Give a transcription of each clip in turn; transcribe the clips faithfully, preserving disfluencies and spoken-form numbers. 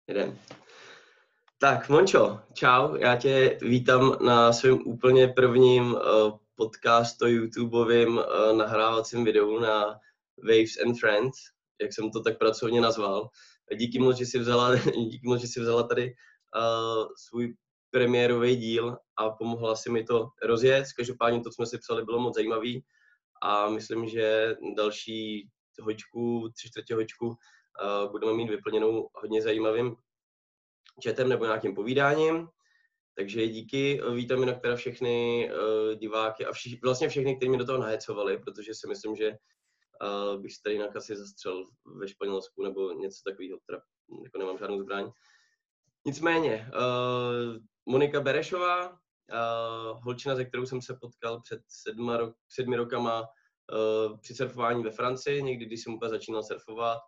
Jedem. Tak, Mončo, čau, já tě vítám na svém úplně prvním uh, podcastu YouTubeovým uh, nahrávacím videu na Waves and Friends, jak jsem to tak pracovně nazval. Díky moc, že jsi vzala, díky moc, že jsi vzala tady uh, svůj premiérový díl a pomohla si mi to rozjet. Každopádně to, co jsme si psali, bylo moc zajímavý a myslím, že další hoďku, tři čtvrtě hoďku uh, budeme mít vyplněnou hodně zajímavým chatem nebo nějakým povídáním. Takže díky, vítám jinak teda všechny uh, diváky a vši, vlastně všechny, kteří mě do toho nahecovali, protože si myslím, že uh, bych se tady jinak asi zastřel ve Španělsku nebo něco takového, teda jako nemám žádnou zbraň. Nicméně, uh, Monika Berešová, uh, holčina, se kterou jsem se potkal před sedma rok, sedmi rokama uh, při surfování ve Francii, někdy, když jsem úplně začínal surfovat.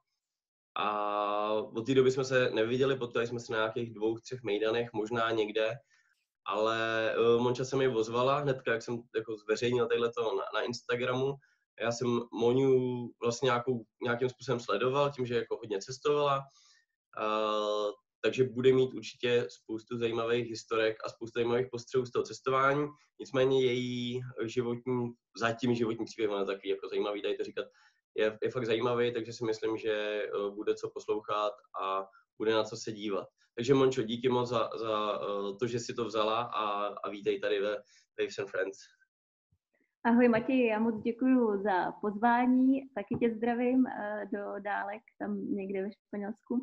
A od té doby jsme se neviděli, potkali jsme se na nějakých dvou, třech mejdanech, možná někde, ale uh, Monča se mi ozvala hnedka, jak jsem jako zveřejnil tadyhleto na, na Instagramu. Já jsem Moniu vlastně nějakou, nějakým způsobem sledoval, tím, že jako hodně cestovala, uh, takže bude mít určitě spoustu zajímavých historek a spoustu zajímavých postřehů z toho cestování. Nicméně její životní, zatím životní příběh je takový jako zajímavý, tady to říkat, Je, je fakt zajímavý, takže si myslím, že uh, bude co poslouchat a bude na co se dívat. Takže Mončo, díky moc za, za uh, to, že jsi to vzala a, a vítej tady ve Waves and Friends. Ahoj Matěj, já moc děkuji za pozvání, taky tě zdravím uh, do Dálek, tam někde ve Španělsku.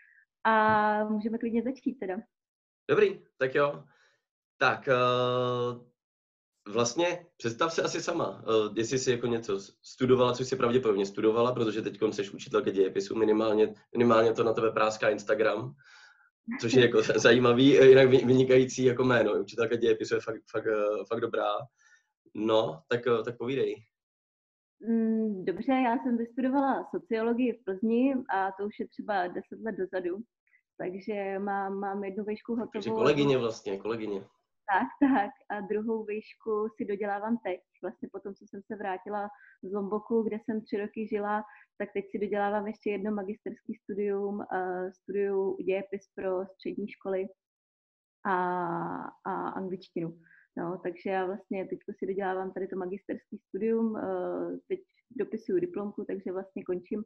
A můžeme klidně začít teda. Dobrý, tak jo. Tak, uh, vlastně představ se asi sama, uh, jestli jsi jako něco studovala, což jsi pravděpodobně studovala, protože teď jsi učitelka dějepisu, minimálně, minimálně to na tebe práská Instagram, což je jako zajímavý, jinak vynikající jako jméno. Učitelka dějepisu je fakt, fakt, fakt dobrá. No, tak, tak povídej. Dobře, já jsem vystudovala sociologii v Plzni a to už je třeba deset let dozadu, takže mám, mám jednu výšku hotovou. Takže kolegyně vlastně, kolegyně. Tak, tak. A druhou výšku si dodělávám teď. Vlastně po tom, co jsem se vrátila z Lomboku, kde jsem tři roky žila, tak teď si dodělávám ještě jedno magisterský studium, uh, studiu dějepis pro střední školy a, a angličtinu. No, takže já vlastně teď si dodělávám tady to magisterský studium, uh, teď dopisuju diplomku, takže vlastně končím.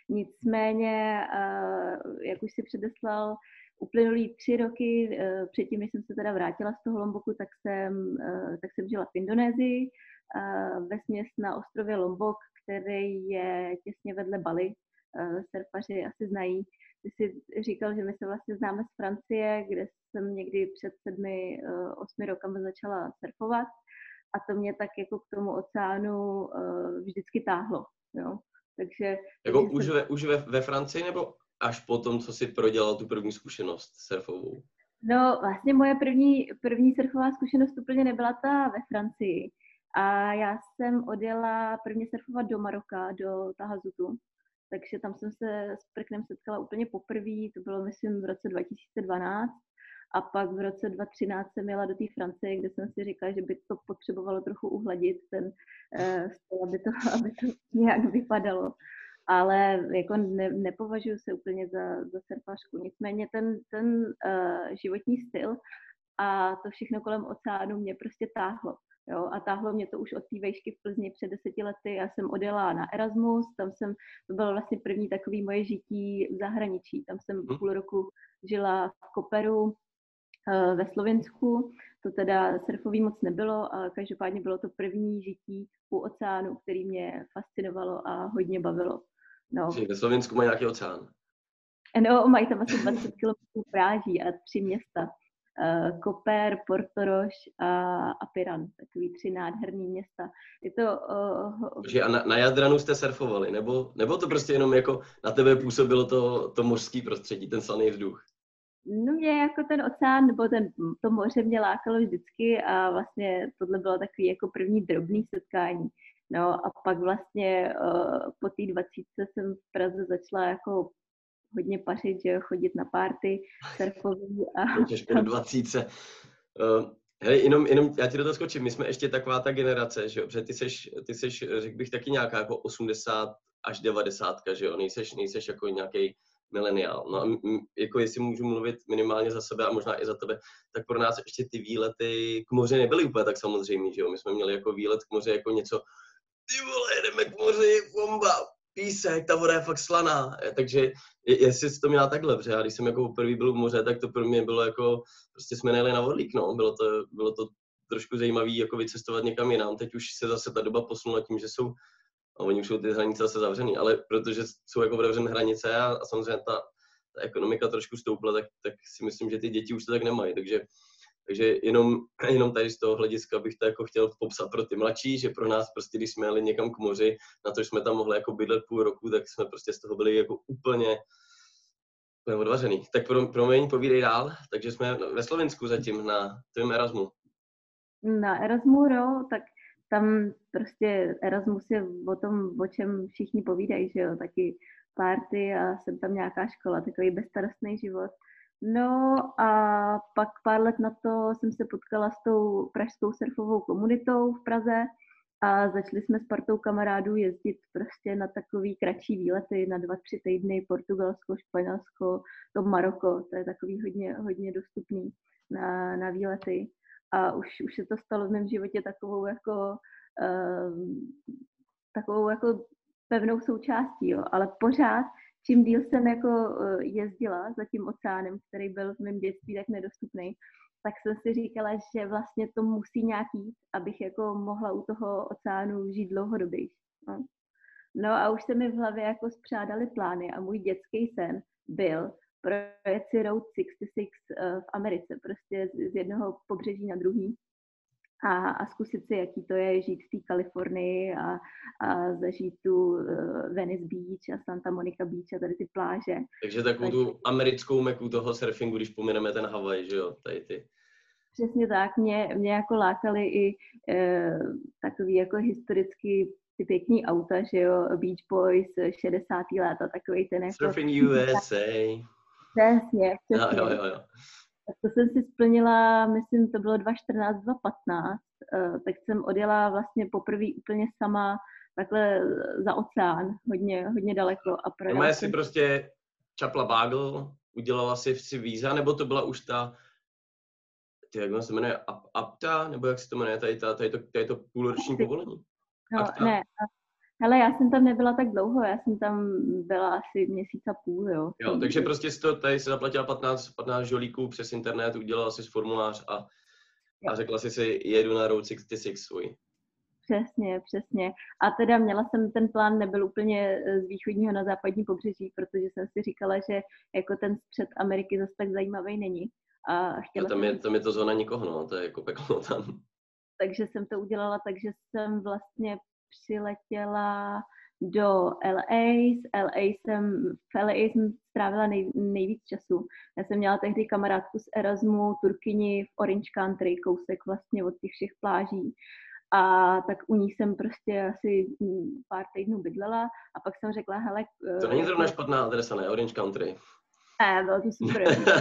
Nicméně, uh, jak už si předeslal, uplynulý tři roky, uh, předtím, než jsem se teda vrátila z toho Lomboku, tak jsem, uh, tak jsem žila v Indonésii, uh, vesměs na ostrově Lombok, který je těsně vedle Bali. Uh, surfaři asi znají. Ty jsi říkal, že my se vlastně známe z Francie, kde jsem někdy před sedmi, uh, osmi rokama začala surfovat a to mě tak jako k tomu oceánu uh, vždycky táhlo. Jo? Takže, jako takže už, jsem... ve, už ve, ve Francii nebo až po tom, co jsi prodělal tu první zkušenost surfovou? No vlastně moje první, první surfová zkušenost úplně nebyla ta ve Francii. A já jsem odjela prvně surfovat do Maroka, do Tahazutu. Takže tam jsem se s prknem setkala úplně poprvé, to bylo myslím v roce dva tisíce dvanáct. A pak v roce dva tisíce třináct jsem jela do té Francie, kde jsem si říkala, že by to potřebovalo trochu uhladit, ten uh, styl, aby to, aby to nějak vypadalo. Ale jako ne, nepovažuji se úplně za, za surfařku. Nicméně ten, ten uh, životní styl a to všechno kolem oceánu mě prostě táhlo. Jo? A táhlo mě to už od té vejšky v Plzni před deseti lety. Já jsem odjela na Erasmus, tam jsem, to bylo vlastně první takový moje žití v zahraničí. Tam jsem půl roku žila v Koperu uh, ve Slovinsku. To teda surfový moc nebylo, ale každopádně bylo to první žití u oceánu, který mě fascinovalo a hodně bavilo. No. Ve Slovinsku mají nějaký oceán? No, mají tam asi dvacet kilometrů práží a tři města. Uh, Koper, Portorož a, a Piran. Takový tři nádherný města. Je to... Uh, a na, na Jadranu jste surfovali? Nebo, nebo to prostě jenom jako na tebe působilo to, to mořský prostředí, ten slaný vzduch? No mě jako ten oceán, nebo ten, to moře mě lákalo vždycky a vlastně tohle bylo takový jako první drobný setkání. No a pak vlastně uh, po té dvacítce jsem v Praze začala jako hodně pařit, že chodit na party surfový a... Těž po dvacítce. Uh, hej, jenom, jenom já ti do toho skočím, my jsme ještě taková ta generace, že jo, protože ty seš, ty seš, řekl bych, taky nějaká jako osmdesát až devadesátka, že jo, nejseš, nejseš jako nějaký mileniál. No a m, m, jako jestli můžu mluvit minimálně za sebe a možná i za tebe, tak pro nás ještě ty výlety k moři nebyly úplně tak samozřejmě, že jo. My jsme měli jako výlet k moři jako něco, ty vole, jedeme k moři, bomba, písek, ta voda je fakt slaná. Takže jestli jsi to měla takhle, protože já když jsem jako poprvé byl v moře, tak to pro mě bylo jako, prostě jsme nejeli na vodlík, no. Bylo to, bylo to trošku zajímavý jako vycestovat někam jinam. Teď už se zase ta doba posunula tím, že jsou, a oni už jsou ty hranice zase zavřený, ale protože jsou jako otevřené hranice a, a samozřejmě ta, ta ekonomika trošku stoupla, tak, tak si myslím, že ty děti už to tak nemají, takže Takže jenom, jenom tady z toho hlediska bych to jako chtěl popsat pro ty mladší, že pro nás prostě, když jsme jeli někam k moři, na to, že jsme tam mohli jako bydlet půl roku, tak jsme prostě z toho byli jako úplně, úplně odvařený. Tak pro, promiň, povídej dál, takže jsme ve Slovensku zatím na tvém Erasmu. Na Erasmu, no, tak tam prostě Erasmus je o tom, o čem všichni povídají, že jo, taky party a jsem tam nějaká škola, takový bezstarostný život. No a pak pár let na to jsem se potkala s tou pražskou surfovou komunitou v Praze a začali jsme s partou kamarádů jezdit prostě na takový kratší výlety na dva, tři týdny, Portugalsko, Španělsko, to Maroko, to je takový hodně, hodně dostupný na, na výlety. A už, už se to stalo v mém životě takovou jako, uh, takovou jako pevnou součástí, jo. Ale pořád, čím díl jsem jako jezdila za tím oceánem, který byl v mém dětství tak nedostupný, tak jsem si říkala, že vlastně to musí nějak jít, abych jako mohla u toho oceánu žít dlouhodobě. No. no a už se mi v hlavě jako spřádaly plány a můj dětský sen byl projet si Route šedesát šest v Americe, prostě z jednoho pobřeží na druhý. A, a zkusit si, jaký to je žít v té Kalifornii a, a zažít tu uh, Venice Beach a Santa Monica Beach a tady ty pláže. Takže takovou tu americkou meku toho surfingu, když pomineme ten Havaj, že jo, tady ty. Přesně tak, mě, mě jako lákaly i uh, takový jako historicky ty pěkný auta, že jo, Beach Boys, šedesátá léta, takový ten jako... Surfing U S A. Přesně, přesně. Jo, jo, jo. Tak to jsem si splnila, myslím, to bylo dva tisíce čtrnáct, dva tisíce patnáct, uh, tak jsem odjela vlastně poprvé úplně sama takhle za oceán, hodně, hodně daleko. A projela jsem... si prostě čapla bagel, udělala si si víza, nebo to byla už ta, ty, jak se jmenuje, apta, nebo jak se to jmenuje, tady, tady, to, tady to půlroční povolení? No, Akta? ne, hele, já jsem tam nebyla tak dlouho, já jsem tam byla asi měsíc a půl, jo. Jo, takže prostě si to tady si zaplatila patnáct, patnáct žolíků přes internet, udělala si formulář a, a řekla si si, jedu na Route šedesát šest svůj. Přesně, přesně. A teda měla jsem, ten plán nebyl úplně z východního na západní pobřeží, protože jsem si říkala, že jako ten střed Ameriky zase tak zajímavý není. A chtěla a tam, jsem... je, tam je to zóna nikoho, no, to je jako peklo tam. Takže jsem to udělala, takže jsem vlastně přiletěla do L A. Z L A jsem, v L A jsem strávila nej, nejvíc času. Já jsem měla tehdy kamarádku z Erasmu, Turkyni v Orange Country, kousek vlastně od těch všech pláží. A tak u ní jsem prostě asi pár týdnů bydlela a pak jsem řekla, hele... To není zrovna špatná adresa, ne? Orange Country. Ne, bylo to super.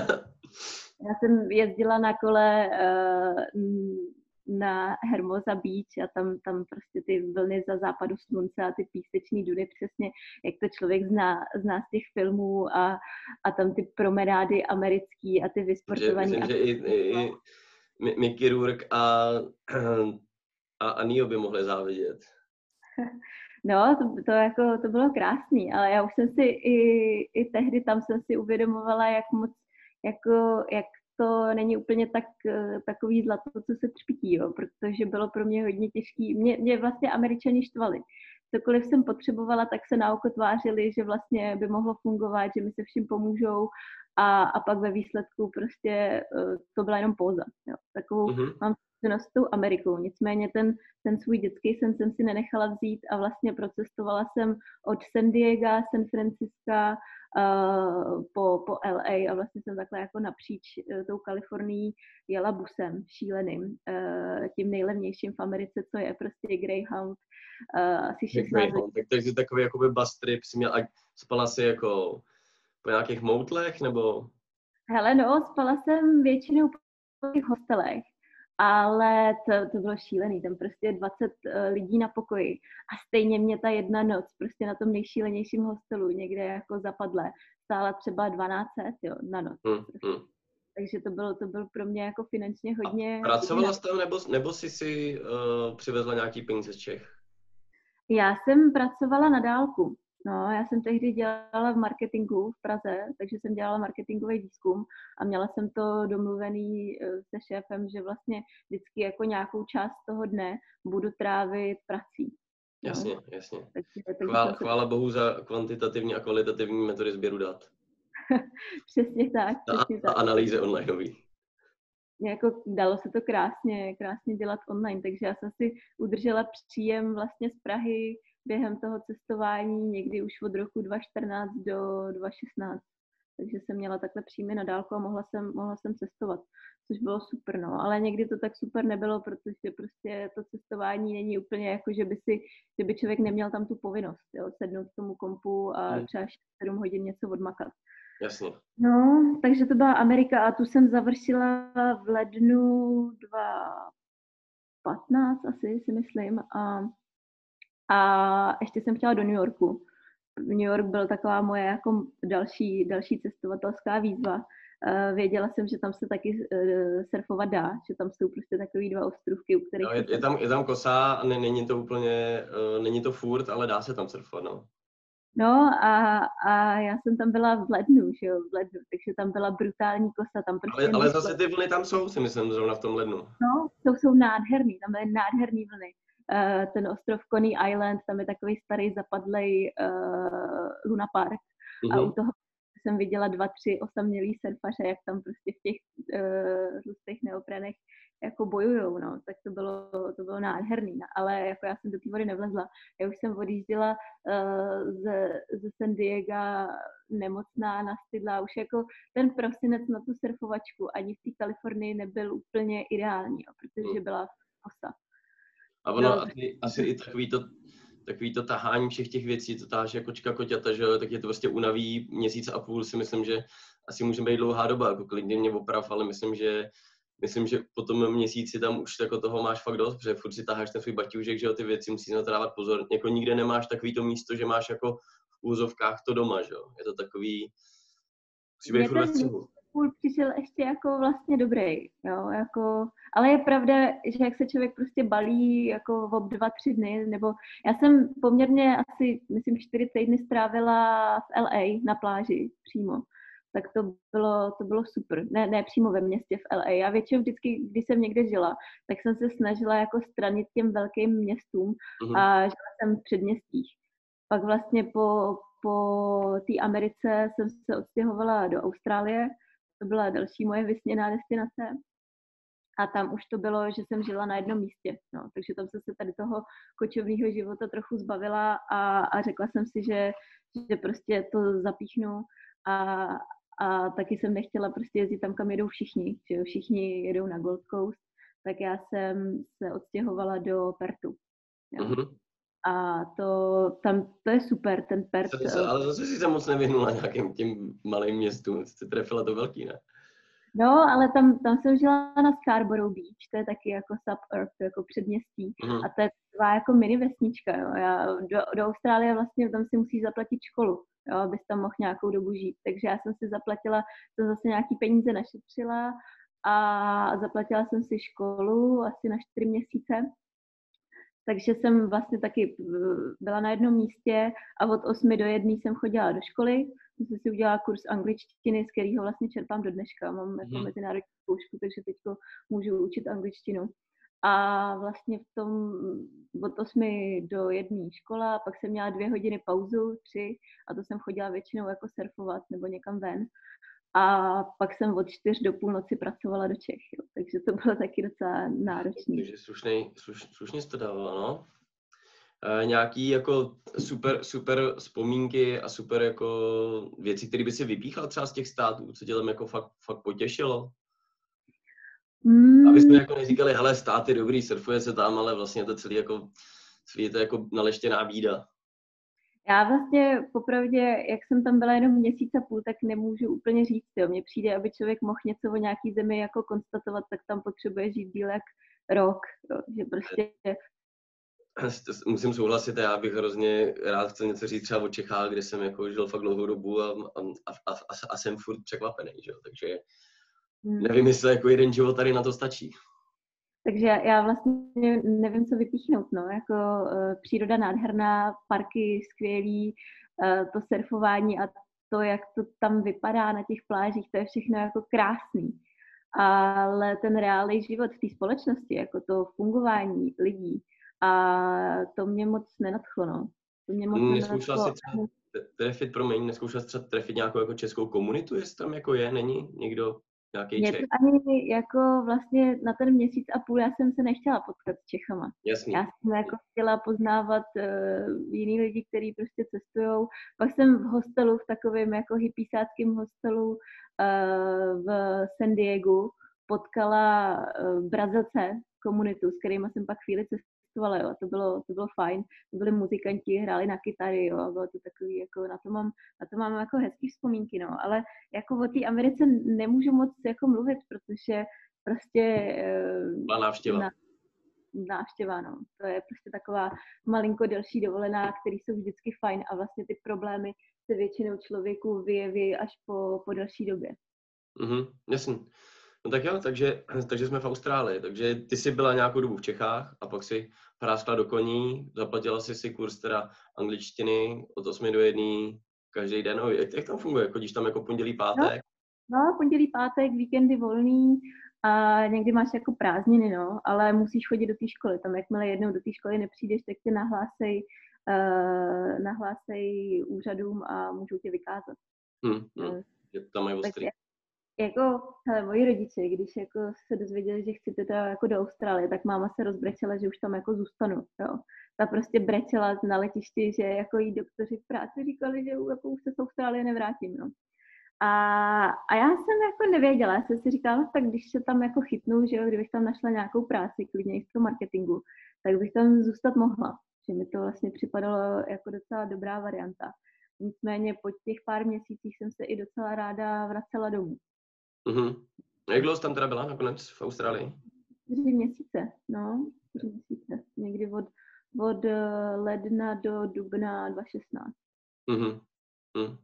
Já jsem jezdila na kole uh, na Hermosa Beach a tam, tam prostě ty vlny za západu slunce a ty píseční duny přesně, jak to člověk zná, zná z těch filmů a, a tam ty promenády americký a ty vysportovaný. Myslím, že i, i, i Mickey Rourke a, a, a Neo by mohli závidět. No, to, to, jako, to bylo krásný, ale já už jsem si i, i tehdy tam jsem si uvědomovala, jak moc, jako, jak to není úplně tak, takový zlato, co se třpití, jo, protože bylo pro mě hodně těžký. Mě, mě vlastně Američani štvali. Cokoliv jsem potřebovala, tak se na oko tvářili, že vlastně by mohlo fungovat, že mi se vším pomůžou a, a pak ve výsledku prostě to byla jenom póza. Jo. Takovou mm-hmm. mám s tou Amerikou. Nicméně ten, ten svůj dětský sen jsem si nenechala vzít a vlastně procestovala jsem od San Diega, San Francisca uh, po, po L A a vlastně jsem takhle jako napříč uh, tou Kalifornií jela busem šíleným, uh, tím nejlevnějším v Americe, co je prostě Greyhound. Uh, asi šestnáct tak takže takový jakoby bus trip si měla, spala si jako po nějakých moutlech, nebo? Hele no, spala jsem většinou po těch hostelech. ale to, to bylo šílený, tam prostě dvacet lidí na pokoji a stejně mě ta jedna noc prostě na tom nejšílenějším hostelu někde jako zapadle stála třeba dvanáct set, jo, na noc. Hmm, Prostě. hmm. Takže to bylo, to bylo pro mě jako finančně hodně... A pracovala jsi tam, nebo, nebo jsi si uh, přivezla nějaký peníze z Čech? Já jsem pracovala na dálku. No, já jsem tehdy dělala v marketingu v Praze, takže jsem dělala marketingový výzkum a měla jsem to domluvený se šéfem, že vlastně vždycky jako nějakou část toho dne budu trávit prací. No. Jasně, jasně. Takže, takže Chvála, se... chvála bohu za kvantitativní a kvalitativní metody sběru dat. Přesně tak, přesně a, tak. A analýzy onlineový. Jako dalo se to krásně, krásně dělat online, takže já jsem si udržela příjem vlastně z Prahy během toho cestování někdy už od roku dva tisíce čtrnáct do dva tisíce šestnáct. Takže jsem měla takhle příjmy na dálku a mohla jsem, mohla jsem cestovat, což bylo super, no. Ale někdy to tak super nebylo, protože prostě to cestování není úplně jako, že by si, že by člověk neměl tam tu povinnost, jo, sednout k tomu kompu a hmm. třeba sedm hodin něco odmakat. Jasně. No, takže to byla Amerika a tu jsem završila v lednu dva tisíce patnáct asi, si myslím. A, a ještě jsem chtěla do New Yorku. New York byl taková moje jako další, další cestovatelská výzva. Uh, věděla jsem, že tam se taky uh, surfovat dá, že tam jsou prostě takový dva ostrovky, u kterých... No, je, je, tam, je tam kosa a ne, není to úplně, uh, není to furt, ale dá se tam surfovat, no. No a, a já jsem tam byla v lednu, že jo, v lednu, takže tam byla brutální kosa. Tam prostě ale, ale zase ty vlny tam jsou, si myslím, zrovna v tom lednu. No, to jsou nádherný, tam byly nádherný vlny. Uh, ten ostrov Coney Island, tam je takový starý zapadlej uh, Luna Park mm-hmm. a u toho jsem viděla dva, tři osamělý surfaře, jak tam prostě v těch uh, tlustých neoprenech jako bojujou, no, tak to bylo, to bylo nádherný, no. Ale jako já jsem do té vody nevlezla. Já už jsem odjížděla uh, ze, ze San Diega nemocná, nastydlá, už jako ten prosinec na tu surfovačku ani v té Kalifornii nebyl úplně ideální, jo, protože byla kosa. A ono asi, asi i takový to, takový to tahání všech těch věcí, to táže kočka koťata, že jo, tak je to prostě unaví měsíc a půl, si myslím, že asi může být dlouhá doba, jako klidně mě oprav, ale myslím, že myslím, že po tom měsíci tam už jako toho máš fakt dost, protože furt si taháš ten svůj baťůžek, že jo, ty věci musíš na to dávat pozor. Jako nikde nemáš takový to místo, že máš jako v úzovkách to doma, že jo. Je to takový, musí být furt ve střehu. Půl přišel ještě jako vlastně dobrý, jo, jako, ale je pravda, že jak se člověk prostě balí jako v dva, tři dny, nebo já jsem poměrně asi, myslím, čtyři týdny strávila v L A na pláži přímo, tak to bylo, to bylo super, ne, ne přímo ve městě v L A. Já většinou vždycky, když jsem někde žila, tak jsem se snažila jako stranit těm velkým městům mm-hmm. a žila jsem v předměstích. Pak vlastně po, po té Americe jsem se odstěhovala do Austrálie. To byla další moje vysněná destinace. A tam už to bylo, že jsem žila na jednom místě. No, takže tam jsem se tady toho kočovného života trochu zbavila a, a řekla jsem si, že, že prostě to zapíchnu. A, a taky jsem nechtěla prostě jezdit tam, kam jedou všichni. Že všichni jedou na Gold Coast. Tak já jsem se odstěhovala do Perthu. Mm-hmm. A to, tam, to je super, ten Perth. Ale zase si se moc nevyhnula nějakým těm malým městům, jsi trefila to velký, ne? No, ale tam, tam jsem žila na Scarborough Beach, to je taky jako suburb, jako předměstí. Mm. A to je taková jako mini vesnička, jo. Já do, do Austrálie vlastně tam si musíš zaplatit školu, jo, abys tam mohl nějakou dobu žít. Takže já jsem si zaplatila, jsem zase nějaký peníze našetřila a zaplatila jsem si školu asi na čtyři měsíce. Takže jsem vlastně taky byla na jednom místě a od osmi do jedné jsem chodila do školy. Jsem si udělala kurz angličtiny, z kterého vlastně čerpám do dneška. Mám jako hmm. mezinárodní zkoušku, takže teď můžu učit angličtinu. A vlastně v tom od osmi do jedné škola, pak jsem měla dvě hodiny pauzu, tři, a to jsem chodila většinou jako surfovat nebo někam ven. A pak jsem od čtyř do půlnoci pracovala do Čech, jo. Takže to bylo taky docela náročné. Takže slušnej, sluš, slušně jsi to dávala, no. E, nějaký jako super, super vzpomínky a super jako věci, které by si vypíchal třeba z těch států, co tě tam jako fakt, fakt potěšilo? Mm. Aby jsme jako neříkali, hele, státy dobrý, surfuje se tam, ale vlastně to celý jako, celý je to jako naleštěná bída. Já vlastně popravdě, jak jsem tam byla jenom měsíc a půl, tak nemůžu úplně říct, jo. Mně přijde, aby člověk mohl něco o nějaký zemi jako konstatovat, tak tam potřebuje žít díl jak rok, jo. Že prostě... Musím souhlasit, já bych hrozně rád chtěl něco říct třeba o Čechách, kde jsem jako žil fakt dlouhou dobu a, a, a, a, a jsem furt překvapený, že jo. Takže hmm. nevím, jestli jako jeden život tady na to stačí. Takže já vlastně nevím, co vypíchnout, no, jako uh, příroda nádherná, parky skvělý, uh, to surfování a to, jak to tam vypadá na těch plážích, to je všechno jako krásný. Ale ten reálný život v té společnosti, jako to fungování lidí, a to mě moc nenadchlo, no. To mě moc Neskoušela jsi třeba trefit, promiň, neskoušela jsi třeba trefit nějakou jako českou komunitu, jestli tam jako je, není někdo? Mě to ani jako vlastně na ten měsíc a půl já jsem se nechtěla potkat s Čechama. Jasný. Já jsem jako chtěla poznávat uh, jiný lidi, kteří prostě cestujou. Pak jsem v hostelu, v takovém jako hippiesáckém hostelu uh, v San Diegu potkala uh, Brazilce, komunitu, s kterými jsem pak chvíli cestovala, jo. To bylo, to bylo fajn. To byli muzikanti, hráli na kytary, jo. Bylo to takový, jako na to mám, na to mám jako hezký vzpomínky, no. Ale jako o té Americe nemůžu moc jako mluvit, protože prostě... Byla návštěva. Na, návštěva, no. To je prostě taková malinko delší dovolená, které jsou vždycky fajn a vlastně ty problémy se většinou člověku vyjeví až po, po delší době. Mhm, jasně. No tak jo, takže, takže jsme v Austrálii, takže ty jsi byla nějakou dobu v Čechách a pak si práskla do koní, zaplatila si si kurz teda angličtiny od osmi do jedné každý den. No, jak, jak tam funguje? Chodíš tam jako pondělí, pátek? No, no pondělí, pátek, víkendy volný a někdy máš jako prázdniny, no, ale musíš chodit do té školy. Tam jakmile jednou do té školy nepřijdeš, tak tě nahlásej, uh, nahlásej úřadům a můžou tě vykázat. Hmm, hmm. Že tam mají ostrý. Jako, hele, moji rodiče, když jako se dozvěděli, že chci teda jako do Austrálie, tak máma se rozbrečela, že už tam jako zůstanu, jo. Ta prostě brečela na letišti, že jako jí doktoři v práci říkali, že jako už se z Austrálie nevrátím, no. A, a já jsem jako nevěděla, já jsem si říkala, tak když se tam jako chytnu, že jo, kdybych tam našla nějakou práci, klidně i v tom marketingu, tak bych tam zůstat mohla, že mi to vlastně připadalo jako docela dobrá varianta. Nicméně po těch pár měsících jsem se i docela ráda vracela domů. Mhm. Jak dlouho jsi tam teda byla nakonec v Austrálii? Tři měsíce, no, tři měsíce. Někdy od, od ledna do dubna dva tisíce šestnáct. Mhm. Mhm.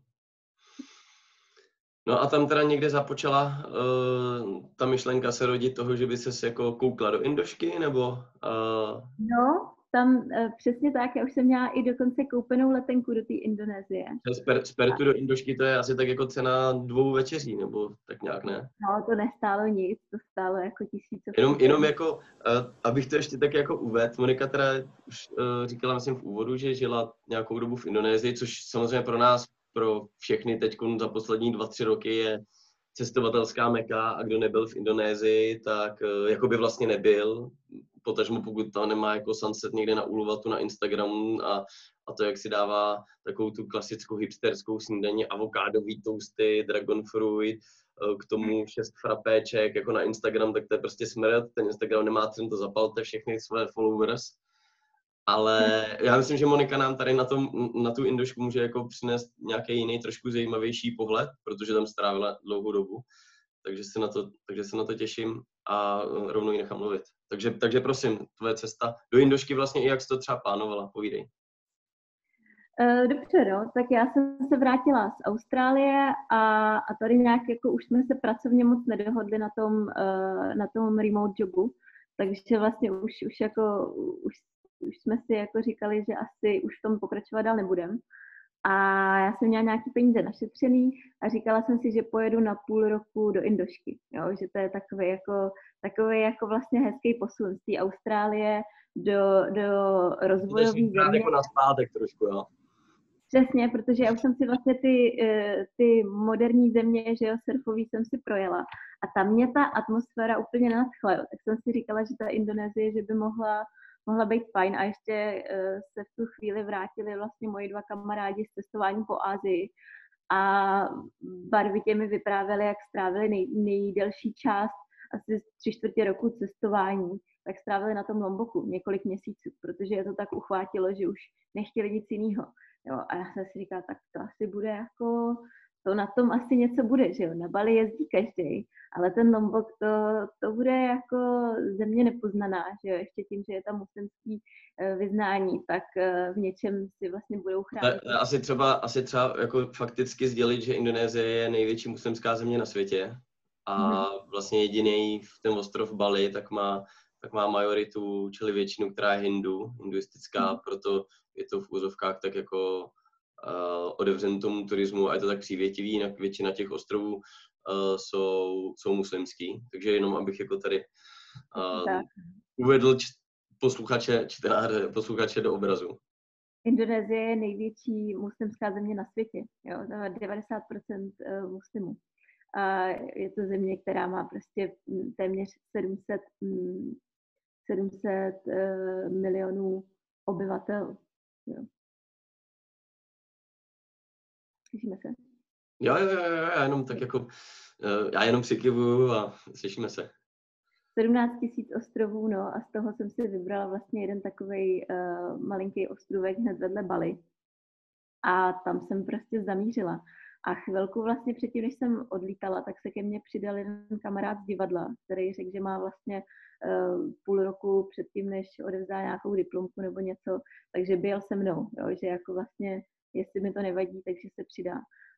No a tam teda někde započala uh, ta myšlenka se rodit toho, že by ses jako koukla do Indošky, nebo? Uh... No, tam uh, přesně tak, já už jsem měla i dokonce koupenou letenku do té Indonésie. Z, per, z Pertu do Indošky to je asi tak jako cena dvou večeří, nebo tak nějak, ne? No, to nestálo nic, to stálo jako tisíce. Jenom, jenom jako, uh, abych to ještě tak jako uvedl, Monika teda už uh, říkala, myslím v úvodu, že žila nějakou dobu v Indonésii, což samozřejmě pro nás, pro všechny teď za poslední dva, tři roky je cestovatelská meka a kdo nebyl v Indonésii, tak uh, jako by vlastně nebyl. Potažmo pokud tam nemá jako sunset někde na Uluvatu na Instagramu a, a to, jak si dává takovou tu klasickou hipsterskou snídaní, avokádový toasty, dragon fruit, k tomu šest frapéček jako na Instagram, tak to je prostě smrt. Ten Instagram nemá cenu, to zapalte všechny své followers. Ale já myslím, že Monika nám tady na, tom, na tu Indošku může jako přinést nějaký jiný, trošku zajímavější pohled, protože tam strávila dlouhou dobu. Takže se na to, takže se na to těším a rovnou ji nechám mluvit. Takže, takže prosím, tvoje cesta do Indošky vlastně i jak jsi to třeba plánovala, povídej. Dobře, no, tak já jsem se vrátila z Austrálie a, a tady nějak jako už jsme se pracovně moc nedohodli na tom, na tom remote jobu, takže vlastně už, už jako, už, už jsme si jako říkali, že asi už v tom pokračovat dál nebudem. A já jsem měla nějaký peníze našetřený a říkala jsem si, že pojedu na půl roku do Indošky, jo, že to je takový jako, takový jako vlastně hezký posun z té Austrálie do, do rozvojové země. Jako na zpátek trošku, jo. Přesně, protože já už jsem si vlastně ty, ty moderní země, že jo, surfový jsem si projela a tam mě ta atmosféra úplně nenadchla, jo. Tak jsem si říkala, že ta Indonésie, že by mohla, mohla být fajn a ještě se v tu chvíli vrátili vlastně moji dva kamarádi z cestování po Asii a barvitě mi vyprávěli, jak strávili nej, nejdelší část, asi tři čtvrtě roku cestování, tak strávili na tom Lomboku několik měsíců, protože je to tak uchvátilo, že už nechtěli nic jiného. Jo, a já jsem si říkala, tak to asi bude jako, to na tom asi něco bude, že jo, na Bali jezdí každý, ale ten Lombok to, to bude jako země nepoznaná, že jo, ještě tím, že je tam muslimský vyznání, tak v něčem si vlastně budou chránit. Asi třeba, asi třeba jako fakticky sdělit, že Indonésie je největší muslimská země na světě a vlastně jediný ten ostrov Bali tak má, tak má majoritu, čili většinu, která je hindu, hinduistická, proto je to v úzovkách tak jako uh, otevřen tomu turismu a je to tak přívětivý, jinak většina těch ostrovů uh, jsou, jsou muslimský, takže jenom abych jako tady uh, uvedl č- posluchače, čtenáře, posluchače do obrazu. Indonésie je největší muslimská země na světě, jo, to má devadesát procent muslimů. A je to země, která má prostě téměř sedm set, sedm set milionů obyvatel. Jo. Slyšíme se? Jo, jo, jo, já jenom tak jako, já jenom přikivuju a slyšíme se. sedmnáct tisíc ostrovů, no a z toho jsem si vybrala vlastně jeden takovej uh, malinký ostrovek hned vedle Bali. A tam jsem prostě zamířila. A chvilku vlastně předtím, než jsem odlítala, tak se ke mně přidal jeden kamarád z divadla, který řekl, že má vlastně uh, půl roku předtím, než odevzdá nějakou diplomku nebo něco, takže byl se mnou, jo, že jako vlastně, jestli mi to nevadí, takže se přidá.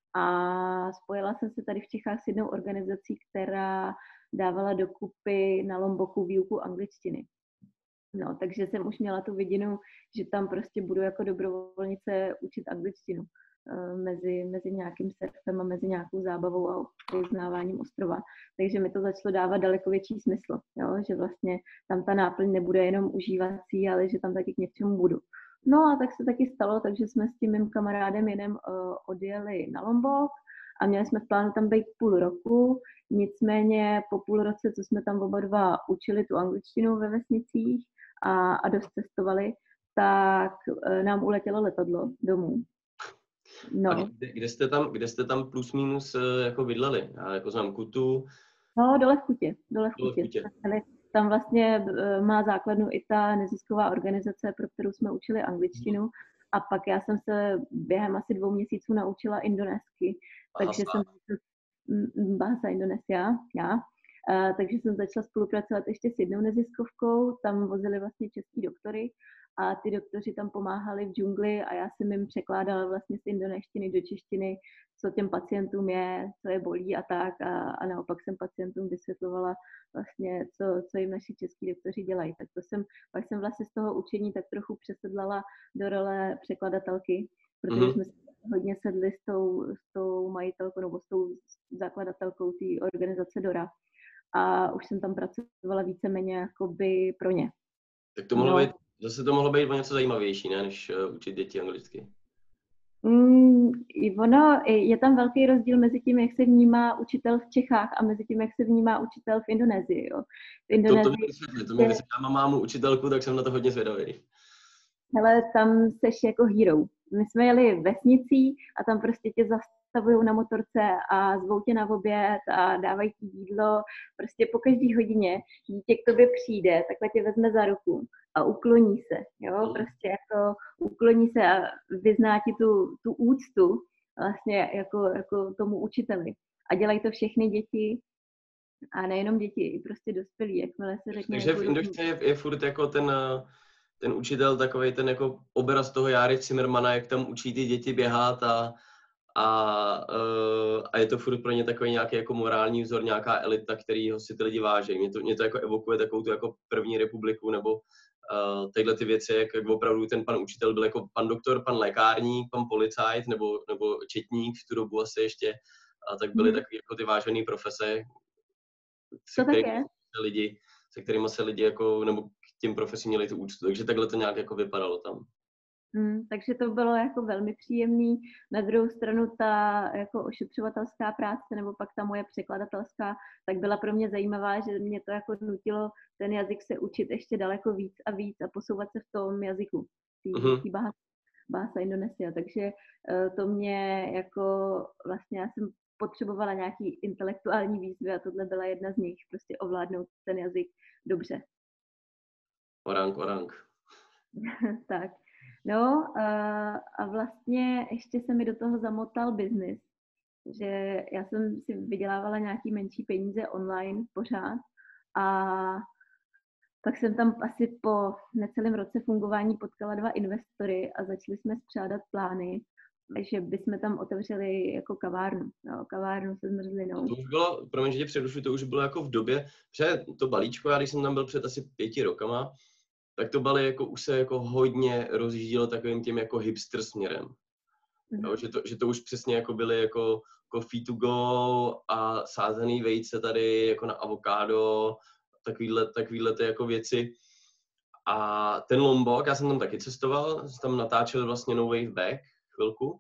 A spojila jsem se tady v Čechách s jednou organizací, která dávala dokupy na Lomboku výuku angličtiny. No, takže jsem už měla tu vidinu, že tam prostě budu jako dobrovolnice učit angličtinu mezi, mezi nějakým surfem a mezi nějakou zábavou a poznáváním ostrova. Takže mi to začalo dávat daleko větší smysl, jo? Že vlastně tam ta náplň nebude jenom užívací, ale že tam taky k něčemu budu. No a tak se taky stalo, takže jsme s tím mým kamarádem jenom uh, odjeli na Lombok a měli jsme v plánu tam být půl roku, nicméně po půl roce, co jsme tam oba dva učili tu angličtinu ve vesnicích a, a dost cestovali, tak uh, nám uletělo letadlo domů. No. A kde, kde, jste tam, kde jste tam plus minus jako bydleli? Já jako znám Kutu. No, dole v Kutě. Dole v Dole Kutě. v Kutě. Tam vlastně má základnu i ta nezisková organizace, pro kterou jsme učili angličtinu. A pak já jsem se během asi dvou měsíců naučila indonésky. Takže jsem Bahasa Indonesia, já. Uh, takže jsem začala spolupracovat ještě s jednou neziskovkou, tam vozili vlastně český doktory a ty doktoři tam pomáhali v džungli a já jsem jim překládala vlastně z indonéštiny do češtiny, co těm pacientům je, co je bolí a tak a, a naopak jsem pacientům vysvětlovala vlastně, co, co jim naši český doktoři dělají. Tak to jsem, pak jsem vlastně z toho učení tak trochu přesedlala do role překladatelky, protože mm-hmm. jsme hodně sedli s tou, s tou majitelkou nebo s tou zakladatelkou té organizace Dora. A už jsem tam pracovala víceméně jakoby pro ně. Tak to mohlo no. být, zase to mohlo být o něco zajímavější, ne, než uh, učit děti anglicky. Mm, ono, je tam velký rozdíl mezi tím, jak se vnímá učitel v Čechách a mezi tím, jak se vnímá učitel v Indonésii. Jo. V Indonésii to, to mi vysvětli, to mi vysvětli. Já mám mámu učitelku, tak jsem na to hodně zvědavý. Hele, tam seš jako hero. My jsme jeli vesnicí a tam prostě tě zastavují na motorce a zvou tě na oběd a dávají ti jídlo. Prostě po každý hodině dítě k tobě přijde, takhle tě vezme za ruku a ukloní se, jo, prostě jako ukloní se a vyzná ti tu, tu úctu vlastně jako, jako tomu učiteli. A dělají to všechny děti a nejenom děti, i prostě dospělí, jakmile se řekne. Takže v Indočtině je, je furt jako ten, ten učitel takovej ten jako obraz toho Járy Cimrmana, jak tam učí ty děti běhat a A, uh, a je to furt pro ně takový nějaký jako morální vzor, nějaká elita, kterýho si ty lidi váží. Mě to, mě to jako evokuje takovou tu jako první republiku, nebo uh, tyhle ty věci, jak, jak opravdu ten pan učitel byl jako pan doktor, pan lékárník, pan policajt, nebo, nebo četník v tu dobu asi ještě, a tak byly mm. takový jako ty vážené profese, se kterými se lidi, se kterými se lidi jako, nebo k těm profesím měli tu úctu. Takže takhle to nějak jako vypadalo tam. Hmm, takže to bylo jako velmi příjemný. Na druhou stranu ta jako ošetřovatelská práce nebo pak ta moje překladatelská, tak byla pro mě zajímavá, že mě to jako nutilo ten jazyk se učit ještě daleko víc a víc a posouvat se v tom jazyku, tý, uh-huh. tý bahasa, bahasa Indonesia. Takže uh, to mě jako vlastně já jsem potřebovala nějaký intelektuální výzvy a tohle byla jedna z nich, prostě ovládnout ten jazyk dobře. Orang, orang. Tak. No a, a vlastně ještě se mi do toho zamotal biznis, že já jsem si vydělávala nějaký menší peníze online pořád a pak jsem tam asi po necelém roce fungování potkala dva investory a začali jsme spřádat plány, že bychom tam otevřeli jako kavárnu, jo, kavárnu se A zmrzlinou. to už bylo, promiň, že tě přerušuji, to už bylo jako v době, protože to balíčko, já když jsem tam byl před asi pěti rokama, tak to bylo jako už se jako hodně rozjíždělo takovým tím jako hipster směrem. Mhm. Jo, že, to, že to už přesně jako byly jako coffee to go a sázený vejce tady jako na avokádo, takovýhle, takovýhle ty jako věci. A ten Lombok, já jsem tam taky cestoval, jsem tam natáčel vlastně No Wave Back chvilku.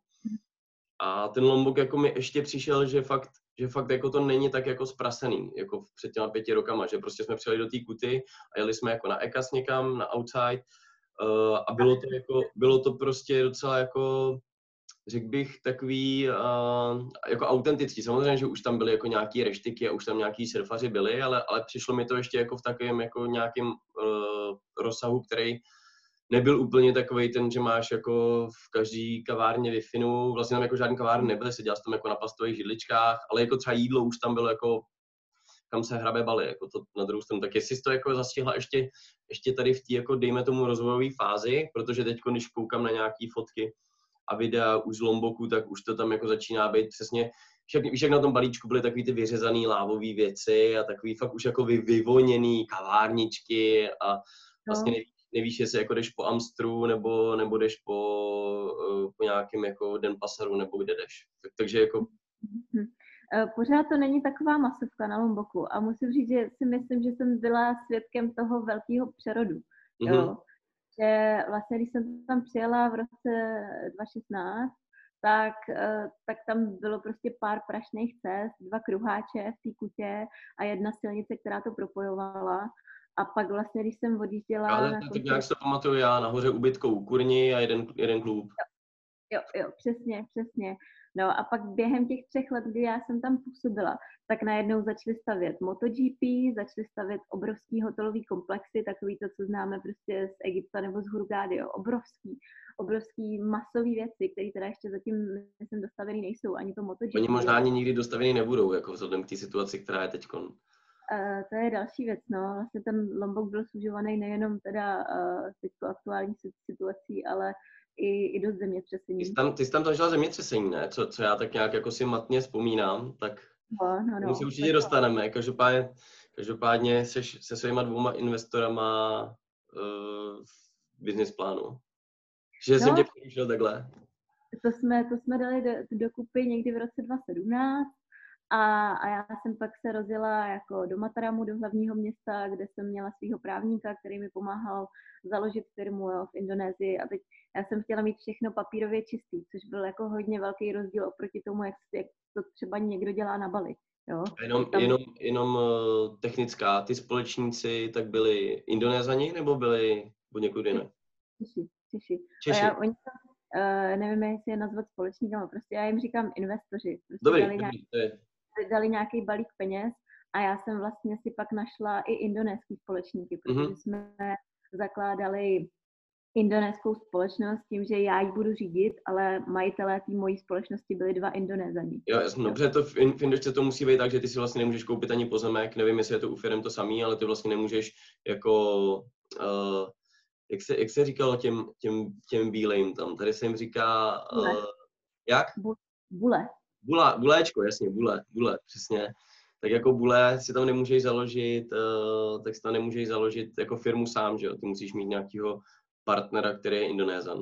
A ten Lombok jako mi ještě přišel, že fakt, že fakt jako to není tak jako zprasený, jako před těma pěti rokama, že prostě jsme přijeli do té Kuty a jeli jsme jako na Ekas někam, na outside uh, a bylo to jako, bylo to prostě docela jako, řekl bych, takový uh, jako autentický. Samozřejmě, že už tam byly jako nějaký reštiky a už tam nějaký surfaři byli, ale, ale přišlo mi to ještě jako v takovém jako nějakém uh, rozsahu, který nebyl úplně takovej ten, že máš jako v každý kavárně Wi-Fi, vlastně tam jako žádný kavárny nebyly, seděl jsem tam jako na plastových židličkách, ale jako třeba jídlo už tam bylo jako, kam se hrabe baly, jako to na druhou stranu. Tak jestli jsi to jako zastihla ještě, ještě tady v té jako dejme tomu rozvojové fázi, protože teď, když koukám na nějaký fotky a videa už z Lomboku, tak už to tam jako začíná být přesně, však, víš, jak na tom balíčku byly takový ty vyřezaný lávové věci a takový fakt už jako vy, vyvoněný kavárničky a vlastně No. nevíš, nevíš, jestli jako jdeš po Amstru nebo, nebo jdeš po, po nějakém jako Denpasaru nebo kde jdeš. Tak, takže jako... Mhm. Pořád to není taková masovka na Lomboku a musím říct, že si myslím, že jsem byla svědkem toho velkého přerodu. Jo. Mm-hmm. Že vlastně, když jsem tam přijela v roce dva tisíce šestnáct, tak, tak tam bylo prostě pár prašných cest, dva kruháče v té Kutě a jedna silnice, která to propojovala. A pak vlastně, když jsem odjížděla... Ale na tak konci... nějak se pamatuju já, nahoře ubytkou Kurni a jeden, jeden klub. Jo, jo, přesně, přesně. No a pak během těch třech let, kdy já jsem tam působila, tak najednou začali stavět MotoGP, začali stavět obrovský hotelový komplexy, takový to, co známe prostě z Egypta nebo z Hurgády, jo, obrovský, obrovský masový věci, které teda ještě zatím, myslím, dostavený nejsou, ani to MotoGP. Oni možná ani nikdy dostavený nebudou, jako vzhledem k té situaci, která je teďkon. Uh, to je další věc, no. Vlastně ten Lombok byl služovaný nejenom teda uh, teďko aktuální situací, ale i, i do zemětřesení. Ty jsi tam, ty jsi tam zažila zemětřesení, ne? Co, co já tak nějak jako si matně vzpomínám, tak no, no, no, my si určitě dostaneme. Každopádně, každopádně seš se svýma dvouma investorama uh, v business plánu. Že no, jsem tě přemýšlel takhle. To jsme, to jsme dali do, dokupy někdy v roce dva tisíce sedmnáct a, a já jsem pak se rozjela jako do Mataramu, do hlavního města, kde jsem měla svého právníka, který mi pomáhal založit firmu, jo, v Indonésii a teď já jsem chtěla mít všechno papírově čistý, což byl jako hodně velký rozdíl oproti tomu, jak, jak to třeba někdo dělá na Bali. Jo. Jenom, Tam... jenom, jenom uh, technická, ty společníci tak byli Indonézani nebo byli od někud jiné? Češi, Češi. Češi. A já, oni tam, uh, nevím, jestli je nazvat společníkama, prostě já jim říkám investoři. Prostě dobrý, dali, dobrý, nějaký, to je... dali nějaký balík peněz a já jsem vlastně si pak našla i indonéský společníky, protože mm-hmm. jsme zakládali indonéskou společnost tím, že já ji budu řídit, ale majitelé té mojí společnosti byli dva Indonézani. Jo, jasně, dobře, to v, in, v Indočce to musí být tak, že ty si vlastně nemůžeš koupit ani pozemek, nevím, jestli je to u firem to samý, ale ty vlastně nemůžeš jako, uh, jak, se, jak se říkalo těm, těm, těm bílejm tam, tady se jim říká, uh, jak? Bule. Bula, buléčko, jasně, bule, bule, přesně. Tak jako bule si tam nemůžeš založit, uh, tak si tam nemůžeš založit jako firmu sám, že jo, ty musíš mít nějakého partnera, který je Indonézan.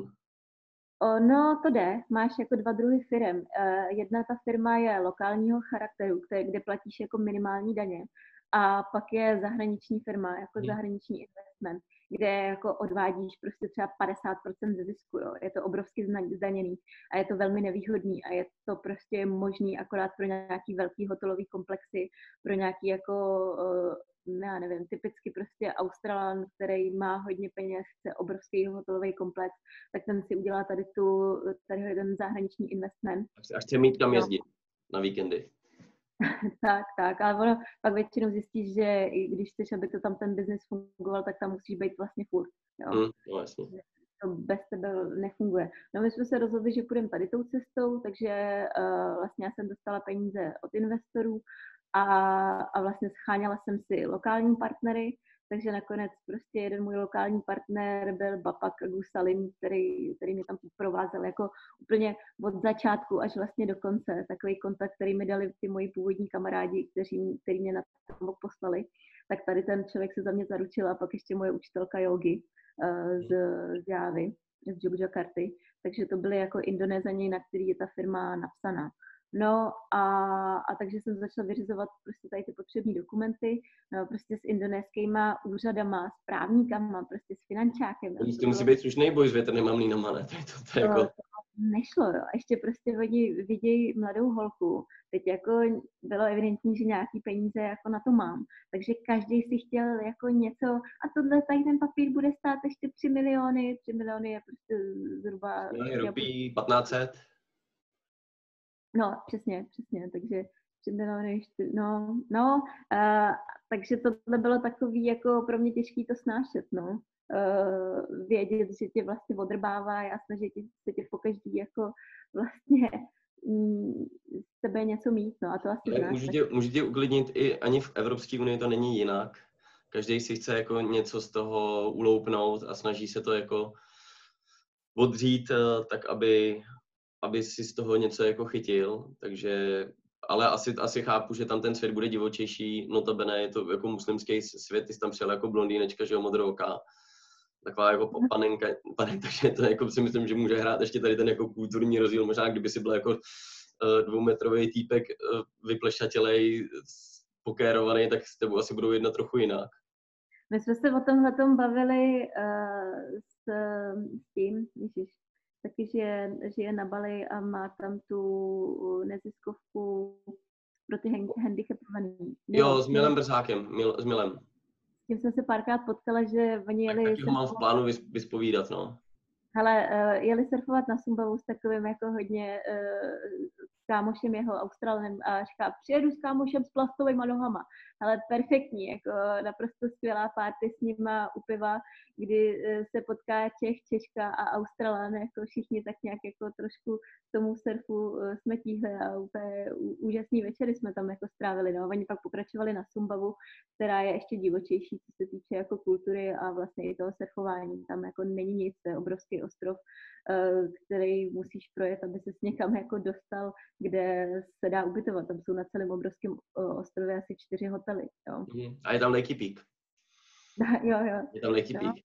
O, no, to jde. Máš jako dva druhy firem. Uh, jedna ta firma je lokálního charakteru, kde, kde platíš jako minimální daně. A pak je zahraniční firma, jako hmm. zahraniční investment, kde jako odvádíš prostě třeba padesát procent ze zisku. Jo. Je to obrovsky zdaněný a je to velmi nevýhodný a je to prostě možný akorát pro nějaký velký hotelový komplexy, pro nějaký jako... Uh, já nevím, typicky prostě Australan, který má hodně peněz, chce obrovský hotelový komplex, tak ten si udělá tady tu, tady ten zahraniční investment. A chce mít kam jezdit no. na víkendy. tak, tak, ale ono pak většinou zjistíš, že i když chceš, aby to tam ten biznis fungoval, tak tam musíš být vlastně furt. Jo. Mm, no jasně. to bez tebe nefunguje. No my jsme se rozhodli, že půjdeme tady tou cestou, takže uh, vlastně já jsem dostala peníze od investorů a, a vlastně scháněla jsem si lokální partnery, takže nakonec prostě jeden můj lokální partner byl Bapak Gusalim, který, který mě tam provázel jako úplně od začátku až vlastně do konce. Takový kontakt, který mi dali ty moji původní kamarádi, kteří, který mě na to poslali. Tak tady ten člověk se za mě zaručil a pak ještě moje učitelka jógy uh, z, z Jávy, z Jogjakarty. Takže to byly jako Indonézani, na který je ta firma napsaná. No a, a takže jsem začala vyřizovat prostě tady ty potřební dokumenty, no, prostě s indonéskýma úřadama, s právníkama, prostě s finančákem. To, to musí být slušný boj s větrnýma mlýnama, ne? To, to, to, jako... to, to nešlo, jo. Ještě prostě oni vidějí mladou holku. Teď jako bylo evidentní, že nějaký peníze jako na to mám. Takže každý si chtěl jako něco a tohle tady ten papír bude stát ještě tři miliony. tři miliony je prostě zhruba... Rupí patnáct set. No, přesně, přesně, takže tři miliony, čtyři, no, no, uh, takže tohle bylo takový jako pro mě těžký to snášet, no. Uh, vědět, že tě vlastně odrbává, jasné, že tě, se tě pokaždý jako vlastně mm, z tebe něco mít, no a to asi znáš. Můžete, můžete uklidnit, i ani v Evropské unii to není jinak. Každý si chce jako něco z toho uloupnout a snaží se to jako odřít tak, aby aby si z toho něco jako chytil, takže, ale asi, asi chápu, že tam ten svět bude divočejší, notabene je to jako muslimský svět, ty jsi tam přijel jako blondýnečka, že jo, modrooká, taková jako panenka, panenka, takže to jako si myslím, že může hrát ještě tady ten jako kulturní rozdíl, možná kdyby si byl jako uh, dvoumetrový týpek, uh, vyplešatělej, pokérovaný, tak s tebou asi budou jednat trochu jinak. My jsme se o tomhletom bavili uh, s, s tím, ježiš, taky žije, žije na Bali a má tam tu neziskovku pro ty handicapovaný. Jo, s Milem Brzákem, Mil, s Milem. S tím jsem se párkrát potkala, že oni jeli... Tak, tak ho mám v plánu vyspovídat, no. Hele, uh, jeli surfovat na Sumbavu s takovým jako hodně uh, s kámošem jeho Australanem a říká, přijedu s kámošem s plastovýma nohama. Ale perfektní, jako naprosto skvělá party s nima u piva, kdy uh, se potká Čech, Češka a Australan, jako všichni tak nějak jako trošku tomu surfu uh, jsme tíhli a úplně úžasný večery jsme tam jako strávili. No. Oni pak pokračovali na Sumbavu, která je ještě divočejší, co se týče jako kultury a vlastně i toho surfování. Tam jako není nic, to je obrovský ostrov, který musíš projet, aby ses někam jako dostal, kde se dá ubytovat. Tam jsou na celém obrovském ostrově asi čtyři hotely. Jo. A je tam Lakey Peak. jo, jo. Je tam Lakey no. Peak.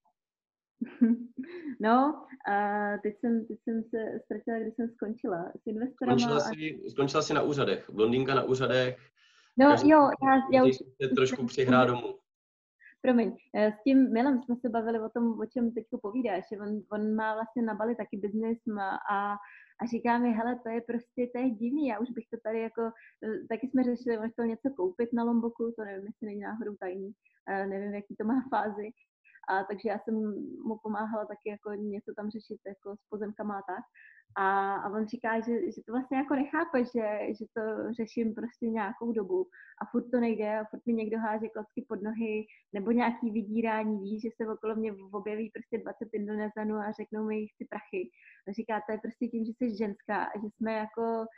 No, a teď jsem, teď jsem se ztratila, když jsem skončila s investorama. Skončila jsi, a... skončila jsi na úřadech, blondýnka na úřadech. No jo, já, já už... Se trošku přihrá domů. Promiň, s tím Milem jsme se bavili o tom, o čem teď povídáš, že on, on má vlastně na Bali taky biznis a, a říká mi, hele, to je prostě, to je divný, já už bych to tady jako, taky jsme řešili, on chtěl něco koupit na Lomboku, to nevím, jestli není náhodou tajný, nevím, jaký to má fázi, a takže já jsem mu pomáhala taky jako něco tam řešit jako s pozemkama a tak. A, a on říká, že, že to vlastně jako nechápe, že, že to řeším prostě nějakou dobu a furt to nejde a furt mi někdo háže klocky pod nohy nebo nějaký vydírání, ví, že se okolo mě objeví prostě dvacet Indonezanů a řeknou mi chci prachy. A říká, to je prostě tím, že jsi ženská a že jsme jako,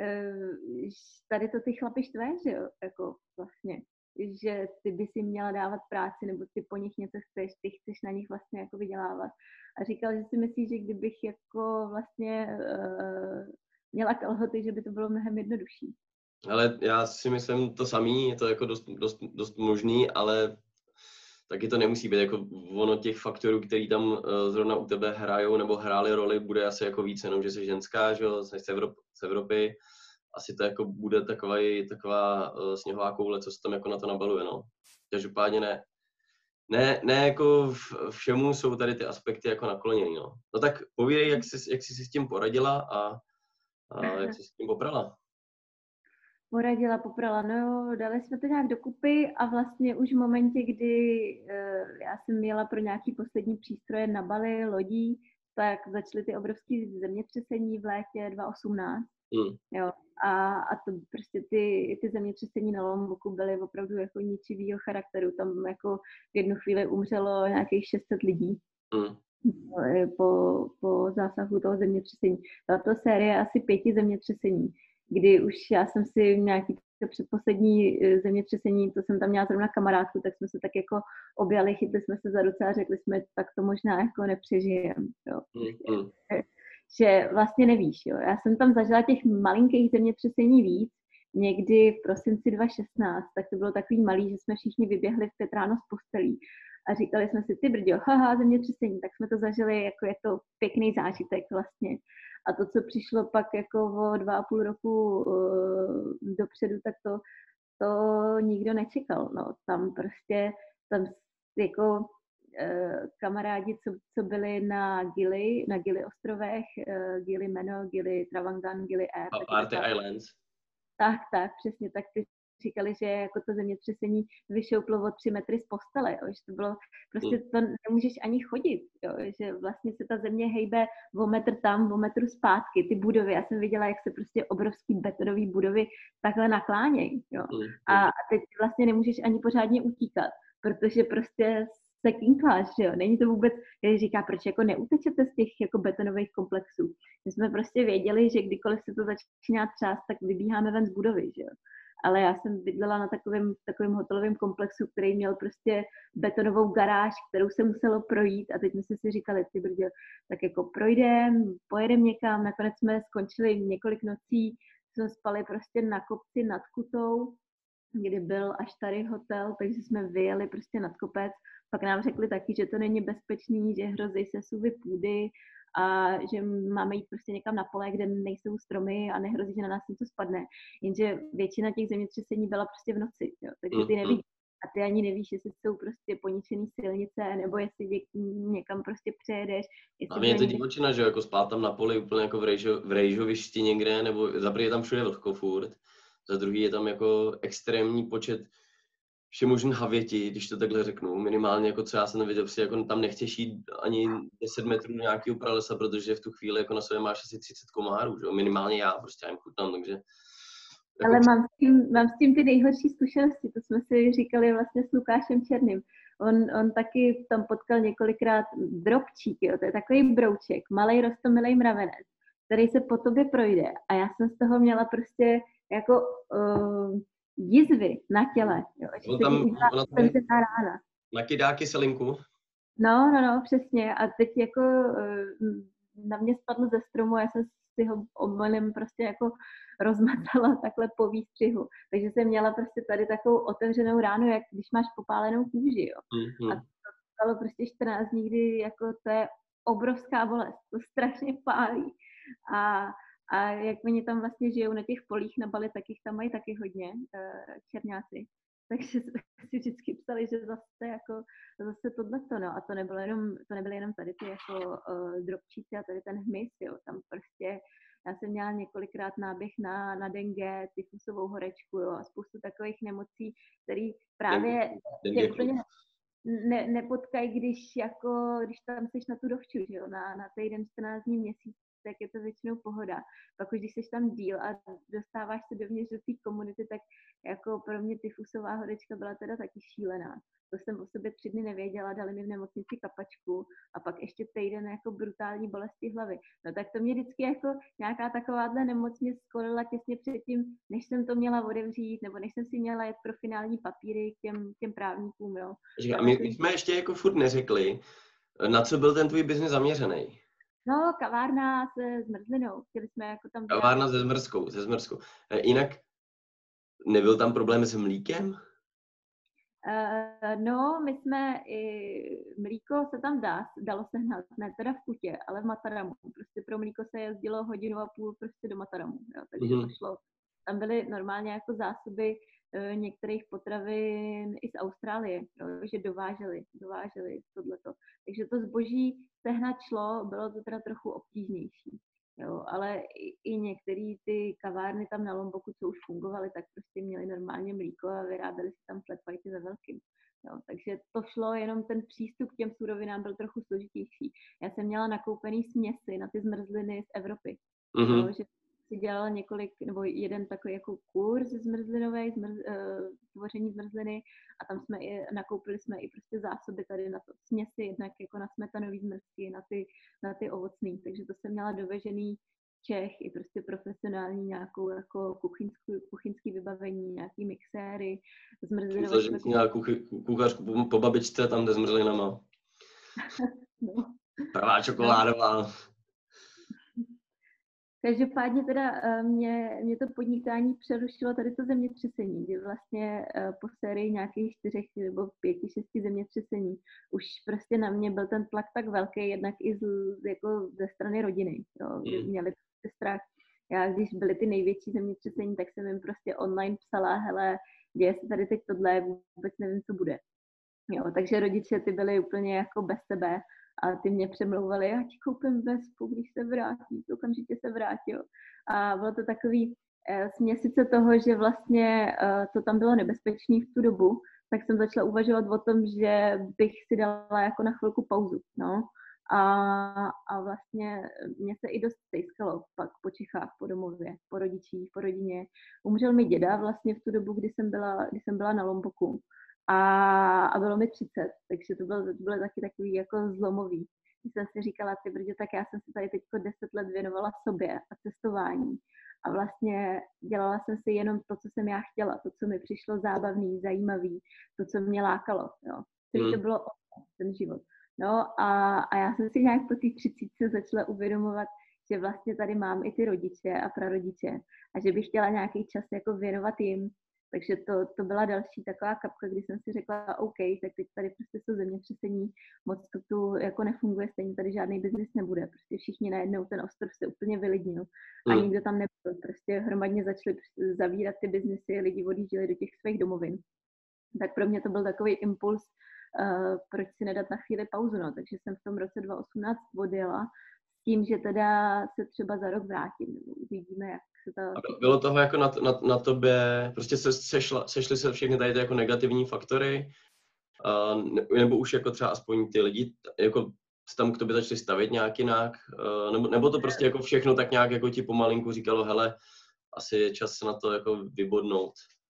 tady to ty chlapi štve, že jo, jako vlastně. Že ty by si měla dávat práci, nebo ty po nich něco chceš, ty chceš na nich vlastně jako vydělávat. A říkal, že si myslí, že kdybych jako vlastně uh, měla kalhoty, že by to bylo mnohem jednodušší. Ale já si myslím to samý, je to jako dost, dost, dost možný, ale taky to nemusí být jako ono těch faktorů, který tam uh, zrovna u tebe hrajou nebo hrály roli, bude asi jako víc, jenom že jsi ženská, že jo, jsi z, Evrop, z Evropy. Asi to jako bude taková, taková uh, sněhová koule, co se tam jako na to nabaluje, no. Každopádně ne. Ne, ne jako v, všemu jsou tady ty aspekty jako nakloněný, no. No tak povídej, jak jsi, jak jsi si s tím poradila a, a jak jsi s tím poprala. Poradila, poprala, no dali jsme to nějak dokupy a vlastně už v momentě, kdy uh, já jsem jela pro nějaký poslední přístroje na Bali, lodí, tak začaly ty obrovské zemětřesení v létě dva tisíce osmnáct. Hmm. Jo. A, a to prostě ty, ty zemětřesení na Lomboku byly opravdu jako ničivýho charakteru. Tam jako v jednu chvíli umřelo nějakých šest set lidí. Hmm. po, po zásahu toho zemětřesení. Tato série je asi pěti zemětřesení, kdy už já jsem si nějaký to předposlední zemětřesení, to jsem tam měla zrovna kamarádku, tak jsme se tak jako objali, chytli jsme se za ruce a řekli jsme, tak to možná jako nepřežijeme. Mm-hmm. Že vlastně nevíš. Jo. Já jsem tam zažila těch malinkých zemětřesení víc, někdy v prosinci dva tisíce šestnáct, tak to bylo takový malý, že jsme všichni vyběhli v pět ráno z postelí a říkali jsme si, ty brďo, haha, zemětřesení, tak jsme to zažili, jako je to pěkný zážitek vlastně. A to, co přišlo pak jako o dva a půl roku uh, dopředu, tak to, to nikdo nečekal. No. Tam prostě, tam jako uh, kamarádi, co, co byli na Gili, na Gili ostrovech, uh, Gili Meno, Gili Travangan, Gili Air. Party Islands. Tak, tak, přesně, tak ty říkali, že jako to zemětřesení vyšouplo o tři metry z postele, jo, že to bylo, prostě to nemůžeš ani chodit, jo, že vlastně se ta země hejbe o metr tam, o metru zpátky, ty budovy, já jsem viděla, jak se prostě obrovský betonové budovy takhle naklánějí, jo, a, a teď vlastně nemůžeš ani pořádně utíkat, protože prostě se kinkláš, že jo, není to vůbec, když říká, proč jako neutečete z těch jako betonových komplexů. My jsme prostě věděli, že kdykoliv se to začíná třást, tak vybíháme ven z budovy, že jo. Ale já jsem bydlela na takovém, takovém hotelovém komplexu, který měl prostě betonovou garáž, kterou se muselo projít a teď jsme si říkali, ty brdě, tak jako projdem, pojedem někam, nakonec jsme skončili několik nocí, jsme spali prostě na kopci nad Kutou, kdy byl až tady hotel, takže jsme vyjeli prostě nad kopec, pak nám řekli taky, že to není bezpečný, že hrozí sesuvy půdy a že máme jít prostě někam na pole, kde nejsou stromy a nehrozí, že na nás něco spadne. Jenže většina těch zemětřesení byla prostě v noci, jo. Takže ty nevíš, a ty ani nevíš, jestli jsou prostě poničený silnice, nebo jestli někam prostě přejedeš. A mě je to divočina, že jako spát tam na poli úplně jako v, rejžo, v rejžovišti někde, nebo za první je tam všude vlhko furt, za druhý je tam jako extrémní počet všemožných havětí, když to takhle řeknu, minimálně jako co já jsem nevěděl, prostě jako tam nechceš jít ani deset metrů nějakého pralesa, protože v tu chvíli jako na sobě máš asi třicet komárů, že? Minimálně já prostě jim chutnám, takže... Jako... Ale mám s, tím, mám s tím ty nejhorší zkušenosti, to jsme si říkali vlastně s Lukášem Černým. On, on taky tam potkal několikrát drobčík, jo? To je takový brouček, malej rostomilej mravenec, který se po tobě projde a já jsem z toho měla prostě jako... Uh, jizvy na těle. Jo, že se tam, ta rána. Nakydá kyselinku? No, no, no, přesně. A teď jako na mě spadl ze stromu, já jsem si ho omylem prostě jako rozmatala takhle po výstřihu. Takže jsem měla prostě tady takovou otevřenou ránu, jak když máš popálenou kůži, jo. Mm-hmm. A to stalo prostě čtrnáct dní, kdy jako to je obrovská bolest. To strašně pálí. A A jak oni tam vlastně žijou na těch polích na Bali, tak jich tam mají taky hodně, černáci. Takže si vždycky psali, že zase jako, zase tohleto, no. A to nebylo jenom, to nebyly jenom tady ty jako uh, drobčíci a tady ten hmyz, jo. Tam prostě, já jsem měla několikrát náběh na, na dengue, tyfusovou horečku, jo, a spoustu takových nemocí, které právě tě úplně ne, nepotkají, když jako, když tam jsi na tu dovču, že jo, na, na týden, čtrnáct dní, měsíc, tak je to většinou pohoda. Pak už, když jsi tam díl a dostáváš se dovnitř do té komunity, tak jako pro mě tyfusová horečka byla teda taky šílená. To jsem o sobě tři dny nevěděla, dali mi v nemocnici kapačku a pak ještě týden jako brutální bolesti hlavy. No tak to mě vždycky jako nějaká takováhle nemoc mě skolila těsně předtím, než jsem to měla odevřít, nebo než jsem si měla jet pro finální papíry k těm, těm právníkům, jo. A my, my jsme ještě jako furt neřekli, na co byl ten tvůj biznis zaměřený. No, kavárna se zmrzlinou. Chtěli jsme jako tam... Kavárna se zmrzkou, se zmrzkou. Jinak nebyl tam problém s mlíkem? Uh, no, my jsme i mlíko se tam dá, dalo se hnat, ne teda v Kutě, ale v Mataramu. Prostě pro mlíko se jezdilo hodinu a půl prostě do Mataramu, jo, takže mm-hmm. to šlo. Tam byly normálně jako zásoby uh, některých potravin i z Austrálie, jo, že dováželi, dováželi tohleto. Takže to zboží sehnat šlo, bylo to teda trochu obtížnější. Jo, ale i, i některé ty kavárny tam na Lomboku, co už fungovaly, tak prostě měly normálně mlíko a vyráběli si tam flat whitey ve velkým. Jo, takže to šlo, jenom ten přístup k těm surovinám byl trochu složitější. Já jsem měla nakoupený směsi na ty zmrzliny z Evropy. Mm-hmm. Jo, že si dělala několik, nebo jeden takový jako kurz zmrzlinový, zmrz, uh, tvoření zmrzliny a tam jsme i, nakoupili jsme i prostě zásoby tady na to směsi, jednak jako na smetanový zmrzky, na ty, na ty ovocný, takže to jsem měla dovežený Čech i prostě profesionální nějakou jako kuchyňský, kuchyňský vybavení, nějaký mixéry, zmrzlinové. Myslím, že jsi měla kuchy, kuchařku po, po babičce tam, kde zmrzlinama. No. Pravá čokoládová. No. Každopádně teda mě, mě to podnikání přerušilo tady to zemětřesení, kdy vlastně po sérii nějakých čtyřech nebo pěti, šesti zemětřesení už prostě na mě byl ten tlak tak velký, jednak i z, jako ze strany rodiny, jo, kdy měli prostě strach. Já, když byly ty největší zemětřesení, tak jsem jim prostě online psala, hele, děje se tady teď tohle, vůbec nevím, co bude. Jo, takže rodiče ty byli úplně jako bez sebe. A ty mě přemlouvali, já ti koupím vespu, když se vrátí, okamžitě se vrátil. A bylo to takový eh, směsice toho, že vlastně eh, to tam bylo nebezpečné v tu dobu, tak jsem začala uvažovat o tom, že bych si dala jako na chvilku pauzu. No. A, a vlastně mě se i dost stejskalo pak po Čechách, po domově, po rodičích, po rodině. Umřel mi děda vlastně v tu dobu, kdy jsem byla, kdy jsem byla na Lomboku. A, a bylo mi třicet, takže to bylo, to bylo taky takový jako zlomový. Když jsem si říkala, ty brdě, tak já jsem se tady teď deset let věnovala sobě a cestování. A vlastně dělala jsem si jenom to, co jsem já chtěla, to, co mi přišlo zábavný, zajímavý, to, co mě lákalo. Jo. Tedy to bylo ten život. No a, a já jsem si nějak po té třicítce začala uvědomovat, že vlastně tady mám i ty rodiče a prarodiče a že bych chtěla nějaký čas jako věnovat jim. Takže to, to byla další taková kapka, kdy jsem si řekla, OK, tak teď tady prostě jsou zemětřesení, moc to tu jako nefunguje, stejně tady žádný biznis nebude. Prostě všichni najednou, ten ostrov se úplně vylidnil a mm. nikdo tam nebyl. Prostě hromadně začali zavírat ty biznisy, lidi odjížděli do těch svých domovin. Tak pro mě to byl takový impuls, uh, proč si nedat na chvíli pauzu. No. Takže jsem v tom roce dva tisíce osmnáct odjela s tím, že teda se třeba za rok vrátím. Uvidíme, jak se ta... A bylo toho jako na, na, na tobě, prostě se sešla, sešly se všechny tady ty jako negativní faktory, uh, nebo už jako třeba aspoň ty lidi, jako tam k tobě začali stavit nějak jinak, uh, nebo, nebo to prostě jako všechno tak nějak jako ti pomalinku říkalo, hele, asi je čas na to jako vybodnout.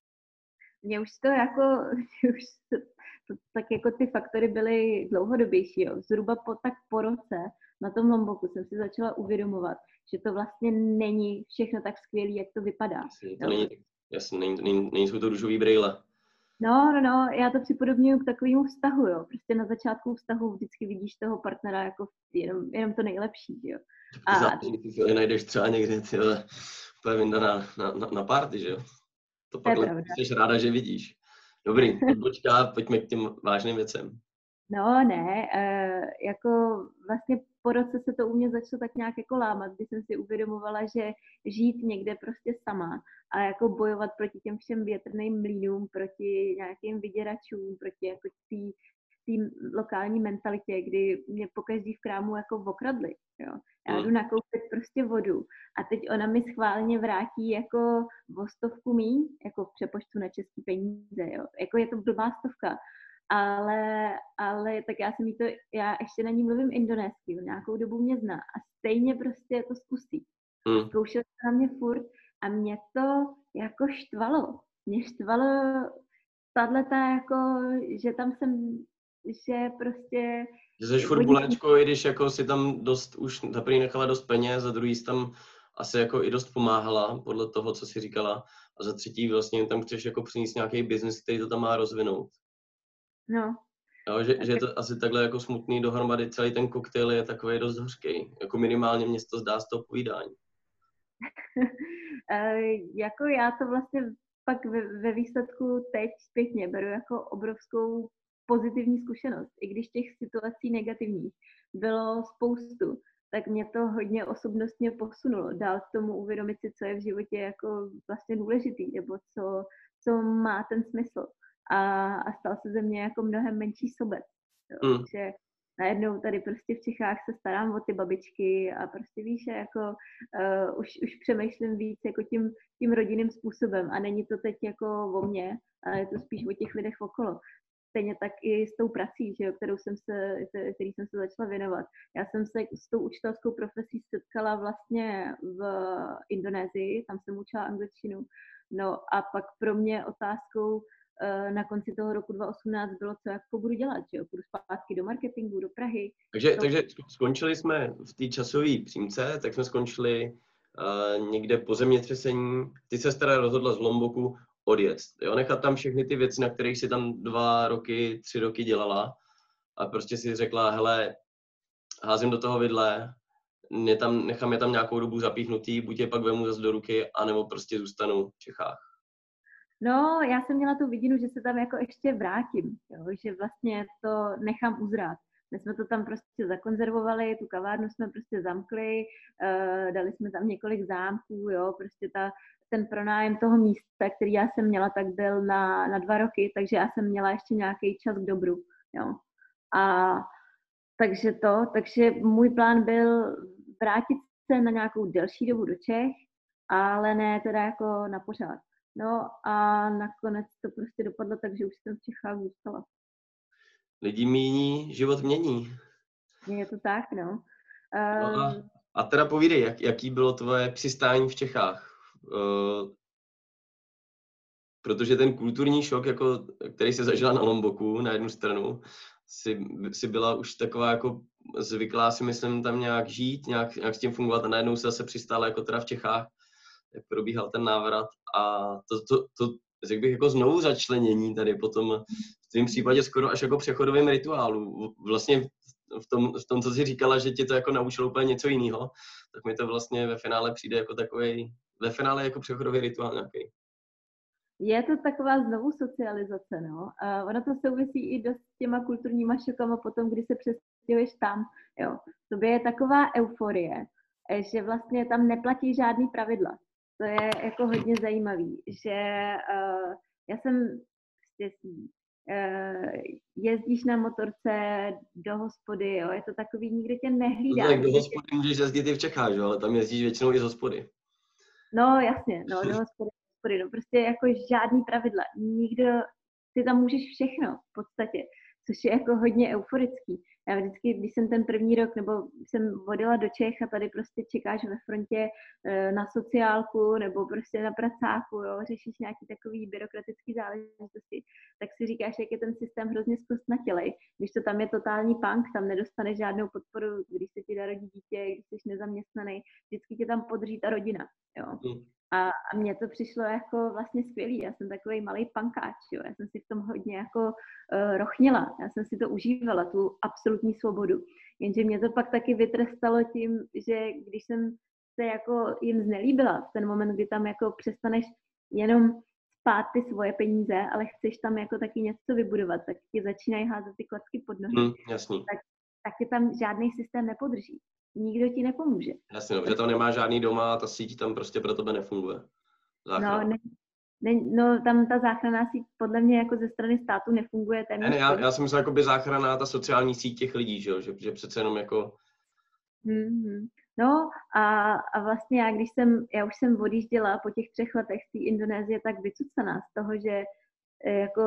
Mně už to jako, už to, to, tak jako ty faktory byly dlouhodobější, jo. Zhruba po, tak po roce na tom Lomboku jsem si začala uvědomovat, že to vlastně není všechno tak skvělý, jak to vypadá. Jasně, to není, jasně, není, není, nejsou to růžový brýle. No, no, no, já to připodobňuji k takovému vztahu, jo. Prostě na začátku vztahu vždycky vidíš toho partnera jako jenom, jenom to nejlepší, jo. A záleží, ty si najdeš třeba někde, ty úplně vyndaná na, na, na party, že jo. To pak jsi ráda, že vidíš. Dobrý, počká, pojďme k těm vážným věcem. No ne, uh, jako vlastně po roce se to u mě začalo tak nějak jako lámat, kdy jsem si uvědomovala, že žít někde prostě sama a jako bojovat proti těm všem větrným mlýnům, proti nějakým vyděračům, proti jako té lokální mentalitě, kdy mě pokaždý v krámu jako okradli, jo. Já jdu nakoupit prostě vodu a teď ona mi schválně vrátí jako o stovku míň, jako v přepočtu na český peníze, jo. Jako je to blbá stovka. Ale, ale tak já jsem jí to, já ještě na ní mluvím indonésky, nějakou dobu mě zná a stejně prostě to zkusí. Mm. Zkoušela na mě furt a mě to jako štvalo. Mě štvalo tato jako, že tam jsem, že prostě... Že jsi furt bulečko, i když jako si tam dost, už zaprý nechala dost peněz, za druhý jsi tam asi jako i dost pomáhala, podle toho, co jsi říkala, a za třetí vlastně tam chceš jako přinést nějaký biznis, který to tam má rozvinout. No. Jo, že, že je to asi takhle jako smutný dohromady, celý ten koktejl je takový dost hořký. Jako minimálně mě to zdá z toho povídání. Jako já to vlastně pak ve, ve výsledku teď zpětně beru jako obrovskou pozitivní zkušenost. I když těch situací negativních bylo spoustu, tak mě to hodně osobnostně posunulo. Dál k tomu uvědomit si, co je v životě jako vlastně důležitý, nebo co, co má ten smysl. A, a stal se ze mě jako mnohem menší sobec. Jo. Mm. Takže najednou tady prostě v Čechách se starám o ty babičky a prostě víš, jako uh, už, už přemýšlím víc jako tím, tím rodinným způsobem a není to teď jako o mně, ale je to spíš o těch lidech okolo. stejně tak i s tou prací, že jo, kterou jsem se, který jsem se začala věnovat. Já jsem se s tou učitelskou profesí setkala vlastně v Indonésii, tam jsem učila angličtinu. No a pak pro mě otázkou na konci toho roku dva tisíce osmnáct bylo, co jako budu dělat, že jo, půjdu zpátky do marketingu, do Prahy. Takže, to... takže skončili jsme v té časové přímce, tak jsme skončili uh, někde po zemětřesení. Ty se teda rozhodla z Lomboku odjet, jo, nechat tam všechny ty věci, na kterých si tam dva roky, tři roky dělala a prostě si řekla, hele, házím do toho vidle, mě tam, nechám je tam nějakou dobu zapíchnutý, buď je pak vemu zase do ruky, anebo prostě zůstanu v Čechách. No, já jsem měla tu vidinu, že se tam jako ještě vrátím, jo, že vlastně to nechám uzrát. My jsme to tam prostě zakonzervovali, tu kavárnu jsme prostě zamkli, uh, dali jsme tam několik zámků, jo, prostě ta, ten pronájem toho místa, který já jsem měla, tak byl na, na dva roky, takže já jsem měla ještě nějaký čas k dobru, jo. A takže to, takže můj plán byl vrátit se na nějakou delší dobu do Čech, ale ne teda jako na pořád. No a nakonec to prostě dopadlo tak, že už jsem v Čechách zůstala. Lidi míní, život mění. Je to tak, no. no a, Uh, a teda povídej, jak, jaký bylo tvoje přistání v Čechách? Uh, protože ten kulturní šok, jako, který se zažila na Lomboku na jednu stranu, si, si byla už taková jako zvyklá, si myslím, tam nějak žít, nějak, nějak s tím fungovat a najednou se zase přistála jako teda v Čechách, jak probíhal ten návrat a to, to, to řekl bych jako znovu začlenění tady potom v tvém případě skoro až jako přechodovým rituálu. Vlastně v tom, v tom, co jsi říkala, že ti to jako naučilo úplně něco jiného, tak mi to vlastně ve finále přijde jako takovej, ve finále jako přechodový rituál nějaký. Je to taková znovu socializace, no. Uh, ono to souvisí i dost s těma kulturníma šokama potom, kdy se přestěhuješ tam, jo. V tobě je taková euforie, že vlastně tam neplatí žádný pravidla. To je jako hodně zajímavý, že uh, já jsem prostě uh, jezdíš na motorce do hospody, jo, je to takový, nikdo tě nehlídá. Tak do hospody můžeš jezdit i v Čechách, jo, ale tam jezdíš většinou i z hospody. No jasně, no do hospody, no prostě jako žádný pravidla, nikdo, ty tam můžeš všechno v podstatě, což je jako hodně euforický. Já vždycky, když jsem ten první rok, nebo jsem odjela do Čech a tady prostě čekáš ve frontě na sociálku nebo prostě na pracáku, jo, řešíš nějaký takový byrokratický záležitosti, tak si říkáš, jak je ten systém hrozně zkostnatělej. Když to tam je totální punk, tam nedostaneš žádnou podporu, když se ti narodí dítě, když jsi nezaměstnaný, vždycky tě tam podří ta rodina, jo. Mm. A, a mně to přišlo jako vlastně skvělý. Já jsem takový malý pankáč, jo. Já jsem si v tom hodně jako uh, rochnila. Já jsem si to užívala, tu absolutní svobodu. Jenže mě to pak taky vytrestalo tím, že když jsem se jako jim znelíbila v ten moment, kdy tam jako přestaneš jenom spát ty svoje peníze, ale chceš tam jako taky něco vybudovat, tak ti začínají házet ty klacky pod nohy. Hmm, jasný. Tak, tak je tam žádný systém nepodrží. Nikdo ti nepomůže. Jasně, no, protože tam nemá žádný doma a ta síť tam prostě pro tebe nefunguje. Záchrana. No, ne, ne, no, tam ta záchranná síť podle mě jako ze strany státu nefunguje téměř. Ne, ne, já, já jsem myslel, jakoby záchrana, ta sociální síť těch lidí, že, že, že přece jenom jako... Mm-hmm. No a, a vlastně já, když jsem, já už jsem odjížděla po těch třech letech z té Indonésie tak vycucaná z toho, že jako,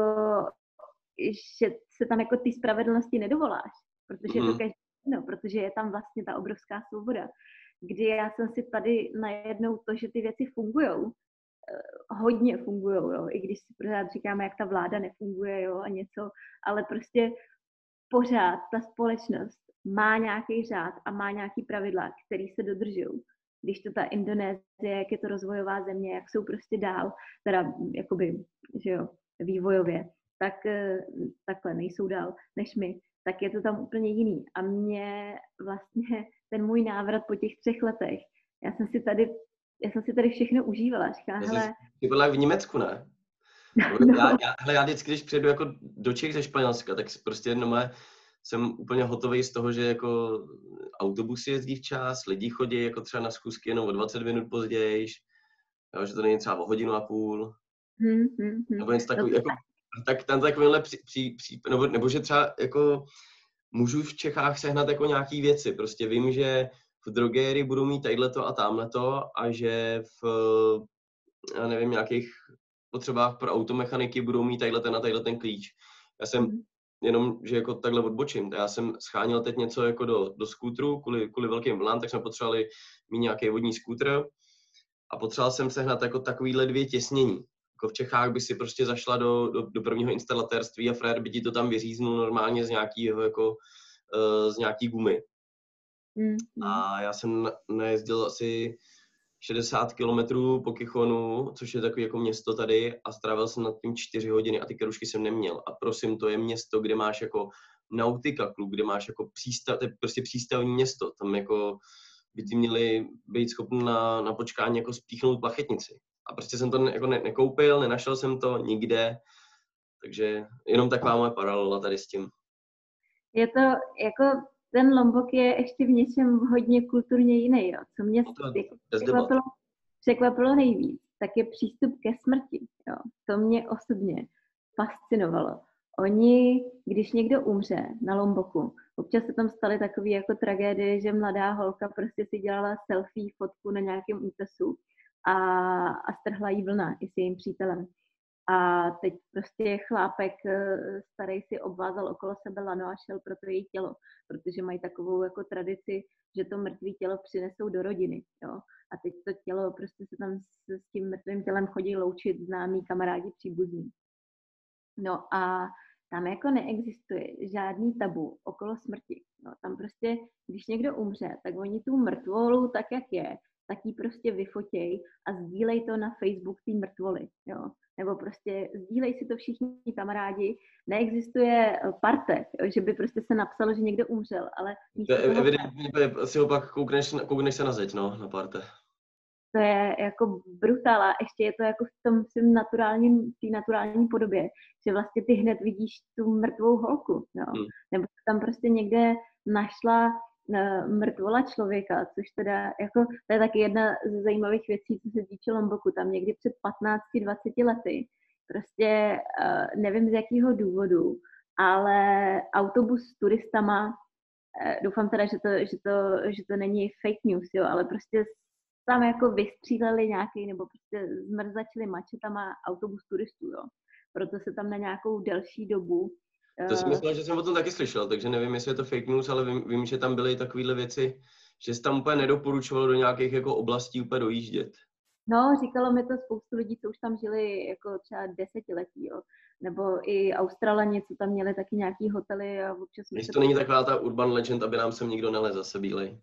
že se tam jako ty spravedlnosti nedovoláš, protože mm. to každý, no, protože je tam vlastně ta obrovská svoboda, kdy já jsem si tady najednou to, že ty věci fungujou, hodně fungujou, jo, i když si pořád říkáme, jak ta vláda nefunguje, jo, a něco, ale prostě pořád ta společnost má nějaký řád a má nějaký pravidla, které se dodržují. Když to ta Indonésie, jak je to rozvojová země, jak jsou prostě dál, teda jakoby, že jo, vývojově, tak takhle nejsou dál než my, tak je to tam úplně jiný. A mě vlastně ten můj návrat po těch třech letech, já jsem si tady, já jsem si tady všechno užívala. Říkala, hele... Ty byla v Německu, ne? No. Já, já, hele, já vždycky, když přijedu jako do Čech ze Španělska, tak prostě jenom jsem úplně hotový z toho, že jako autobusy jezdí včas, lidi chodí jako třeba na schůzky jenom o dvacet minut později, jo, že to není třeba o hodinu a půl. Hmm, hmm, hmm. Nebo něco takový, jako, tak tam takovýhle při, při, při, nebo, nebo že třeba jako můžu v Čechách sehnat jako nějaký věci, prostě vím, že v drogérii budou mít tadyhleto a tamhleto a že v, já nevím, nějakých potřebách pro automechaniky budou mít tadyhle ten a tadyhle ten klíč. Já jsem Mhm. jenom, že jako takhle odbočím, já jsem scháněl teď něco jako do, do skútru, kvůli, kvůli velkým vlnám, tak jsme potřebovali mít nějaký vodní skútr a potřeboval jsem sehnat jako takovýhle dvě těsnění. Jako v Čechách by si prostě zašla do, do, do prvního instalatérství a frajer by ti to tam vyříznul normálně z nějakého jako, uh, z nějaký gumy. Mhm. A já jsem najezdil asi šedesát kilometrů po Kichonu, což je takový jako město tady, a strávil jsem nad tím čtyři hodiny a ty kerušky jsem neměl. A prosím, to je město, kde máš jako nautika klub, kde máš jako přístav, to je prostě přístavní město. Tam jako by ty měli být schopni na, na počkání jako spíchnout plachetnici. A prostě jsem to ne, jako ne, nekoupil, nenašel jsem to nikde, takže jenom taková moje paralela tady s tím. Je to jako, ten Lombok je ještě v něčem hodně kulturně jiný, jo. Co mě No to jako bez debat. překvapilo, překvapilo nejvíc, tak je přístup ke smrti, jo. To mě osobně fascinovalo. Oni, když někdo umře na Lomboku, občas se tam staly takové jako tragédie, že mladá holka prostě si dělala selfie, fotku na nějakém útesu a, a strhla jí vlna i s jejím přítelem. A teď prostě chlápek starý si obvázal okolo sebe lano a šel pro to její tělo, protože mají takovou jako tradici, že to mrtvé tělo přinesou do rodiny, jo. A teď to tělo, prostě se tam s, s tím mrtvým tělem chodí loučit známí, kamarádi, příbuzní. No a tam jako neexistuje žádný tabu okolo smrti. No, tam prostě, když někdo umře, tak oni tu mrtvolu tak, jak je, tak ji prostě vyfotěj a sdílej to na Facebook té mrtvoly, jo. Nebo prostě sdílej si to všichni kamarádi. Neexistuje parte, jo, že by prostě se napsalo, že někdo umřel, ale To je evidentně, si opak koukneš, koukneš se na zeď, no, na parte. To je jako brutál a ještě je to jako v tom svým naturálním, té naturální podobě, že vlastně ty hned vidíš tu mrtvou holku, jo. Hmm. Nebo tam prostě někde našla uh, mrtvola člověka, což teda jako, to je taky jedna z zajímavých věcí, co se týče Lomboku, tam někdy před patnácti dvaceti lety, prostě uh, nevím z jakého důvodu, ale autobus s turistama, uh, doufám teda, že to, že to, že to není fake news, jo, ale prostě tam jako vystříleli nějaký, nebo prostě zmrzačili mačetama autobus turistů, jo. Proto se tam na nějakou delší dobu... To si myslím, že jsem o tom taky slyšel, takže nevím, jestli je to fake news, ale vím, vím že tam byly takovéhle věci, že se tam úplně nedoporučovalo do nějakých jako oblastí úplně dojíždět. No, říkalo mi to spoustu lidí, co už tam žili jako třeba desetiletí, jo. Nebo i Australani, co tam měli taky nějaký hotely a občas... Jestli to není taková ta urban legend, aby nám sem nikdo nelez zase bílej.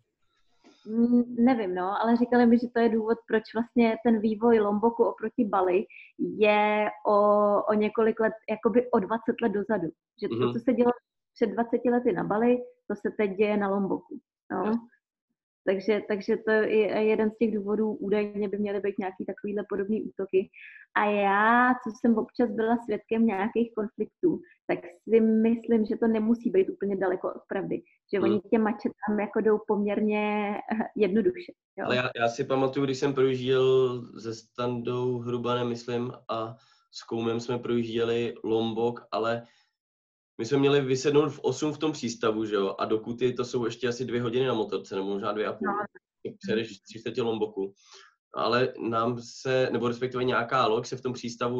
Nevím, no, ale říkali mi, že to je důvod, proč vlastně ten vývoj Lomboku oproti Bali je o, o několik let, jakoby o dvacet let dozadu. Že to, mm-hmm. co se dělo před dvaceti lety na Bali, to se teď děje na Lomboku. No. Yes. Takže, takže to je jeden z těch důvodů, údajně by měly být nějaký takovýhle podobný útoky. A já, co jsem občas byla svědkem nějakých konfliktů, tak si myslím, že to nemusí být úplně daleko od pravdy. Že hmm. oni těm mačetám jako jdou poměrně jednoduše. Jo? Ale já, já si pamatuju, když jsem projížděl se Standou Hrubanem, myslím, a s Koumem jsme projížděli Lombok, ale my jsme měli vysednout v osm v tom přístavu, že jo, a do Kuty to jsou ještě asi dvě hodiny na motorce, nebo možná dvě a půl. No. Přejedeš tři čtvrtě Lomboku. Ale nám se, nebo respektive nějaká loď se v tom přístavu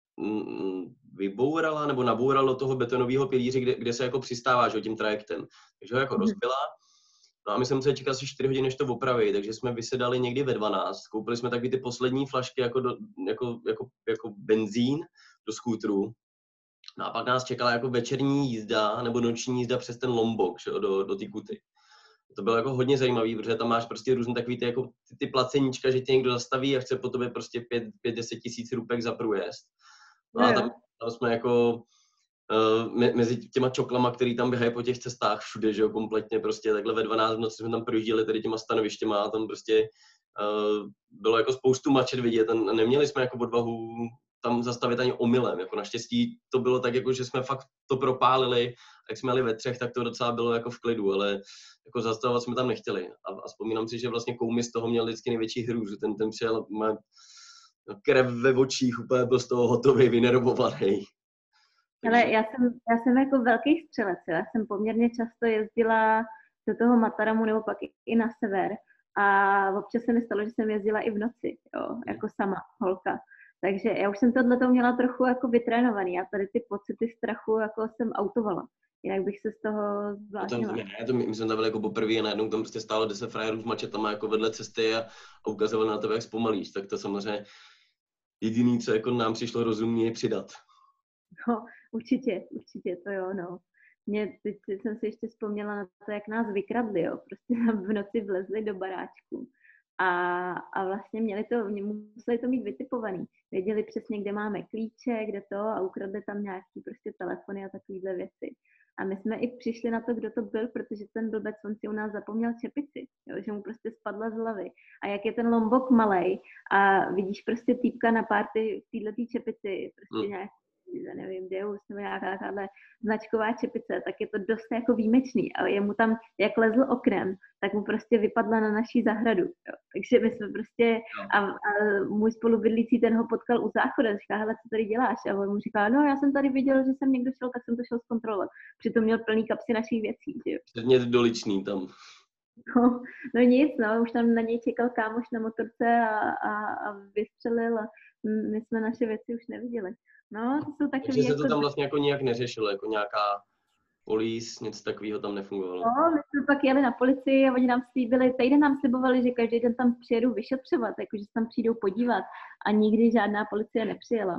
vybourala, nebo nabourala do toho betonového pilíře, kde, kde se jako přistává, že jo, tím trajektem. Takže ho jako mm. rozbila. No a my jsme museli čekat asi čtyři hodiny, než to opraví, takže jsme vysedali někdy ve dvanáct. Koupili jsme taky ty poslední flašky jako, do, jako, jako, jako benzín do skútru. No a pak nás čekala jako večerní jízda nebo noční jízda přes ten Lombok, že, do, do té Kuty. To bylo jako hodně zajímavý, protože tam máš prostě různé takový ty, jako, ty, ty placeníčka, že tě někdo zastaví a chce po tobě prostě pět deset tisíc rupek za průjezd. No a tam, tam jsme jako uh, me, mezi těma čoklama, který tam běhají po těch cestách všude, že jo, kompletně prostě takhle ve dvanáct v noci jsme tam projížděli tady těma stanovištěma a tam prostě uh, bylo jako spoustu mačet vidět a neměli jsme jako odvahu tam zastavit ani omylem. Jako naštěstí to bylo tak, jako, že jsme fakt to propálili a jak jsme jeli ve třech, tak to docela bylo jako v klidu, ale jako zastavovat jsme tam nechtěli. A, a vzpomínám si, že vlastně Koumi z toho měl vždycky největší hrůzu. Ten, ten přijel, má krev ve očích, úplně byl z toho hotový, vynervovaný. Ale já jsem, já jsem jako velký střelec, já jsem poměrně často jezdila do toho Mataramu nebo pak i na sever a občas se mi stalo, že jsem jezdila i v noci, jo, jako sama holka. Takže já už jsem tohleto měla trochu jako vytrénovaný. Já tady ty pocity strachu jako jsem autovala. Jinak bych se z toho No to, zbláznila. ne, to my, my jsme tam byli jako poprvé a najednou tam prostě stálo deset frajerů s mačetama jako vedle cesty a, a ukazovali na tebe, jak zpomalíš. Tak to samozřejmě jediný, co jako nám přišlo rozumně, je přidat. No, určitě, určitě, to jo, no. Mě, teď jsem si ještě vzpomněla na to, jak nás vykradli, jo. Prostě tam v noci vlezli do baráčku. A, a vlastně měli to, museli to mít vytipovaný. Věděli přesně, kde máme klíče, kde to a ukradli tam nějaký prostě telefony a takovýhle věci. A my jsme i přišli na to, kdo to byl, protože ten blbec, on si u nás zapomněl čepici, jo, že mu prostě spadla z hlavy. A jak je ten Lombok malej a vidíš prostě týpka na párty v této čepici, prostě Hmm. nějak, já nevím, Deus nebo nějaká takováhle značková čepice, tak je to dost jako výjimečný. A jemu tam, jak lezl oknem, tak mu prostě vypadla na naší zahradu. Jo. Takže my jsme prostě, a, a můj spolubydlící ten ho potkal u záchoda, říká, hele, co tady děláš? A on mu říká, no, já jsem tady viděl, že jsem někdo šel, tak jsem to šel zkontrolovat. Přitom měl plný kapsy našich věcí, že jo. Předmět doličný tam. No, no nic, no, už tam na něj čekal kámoš na motorce a, a, a vystřelil a my jsme naše věci už neviděli. No, to jsou takový Takže se jako... to tam vlastně jako nějak neřešilo, jako nějaká polis, něco takového tam nefungovalo. No, my jsme pak jeli na policii a oni nám slíbili, týden nám slibovali, že každý den tam přijedou vyšetřovat, jakože se tam přijdou podívat a nikdy žádná policie nepřijela.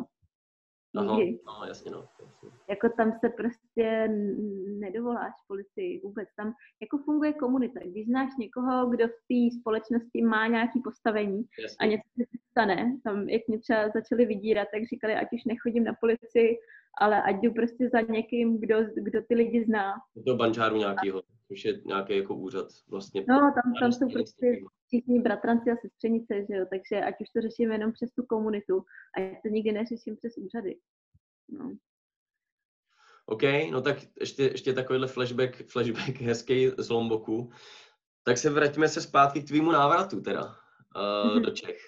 Nikdy. Aha, no, jasně, no. Jasně. Jako tam se prostě nedovoláš policii vůbec. Tam jako funguje komunita. Když znáš někoho, kdo v té společnosti má nějaké postavení jasně. A něco se stane, tam jak mě třeba začali vydírat, tak říkali, ať už nechodím na policii, ale ať jdu prostě za někým, kdo, kdo ty lidi zná. Do bančáru nějakýho, což je nějaký jako úřad vlastně. No, tam, tam jsou prostě všichni bratranci a sestřenice, že jo, takže ať už to řeším jenom přes tu komunitu a já to nikdy neřeším přes úřady. No. OK, no tak ještě, ještě takovýhle flashback, flashback hezký z Lomboku. Tak se vraťme se zpátky k tvýmu návratu teda uh, do Čech.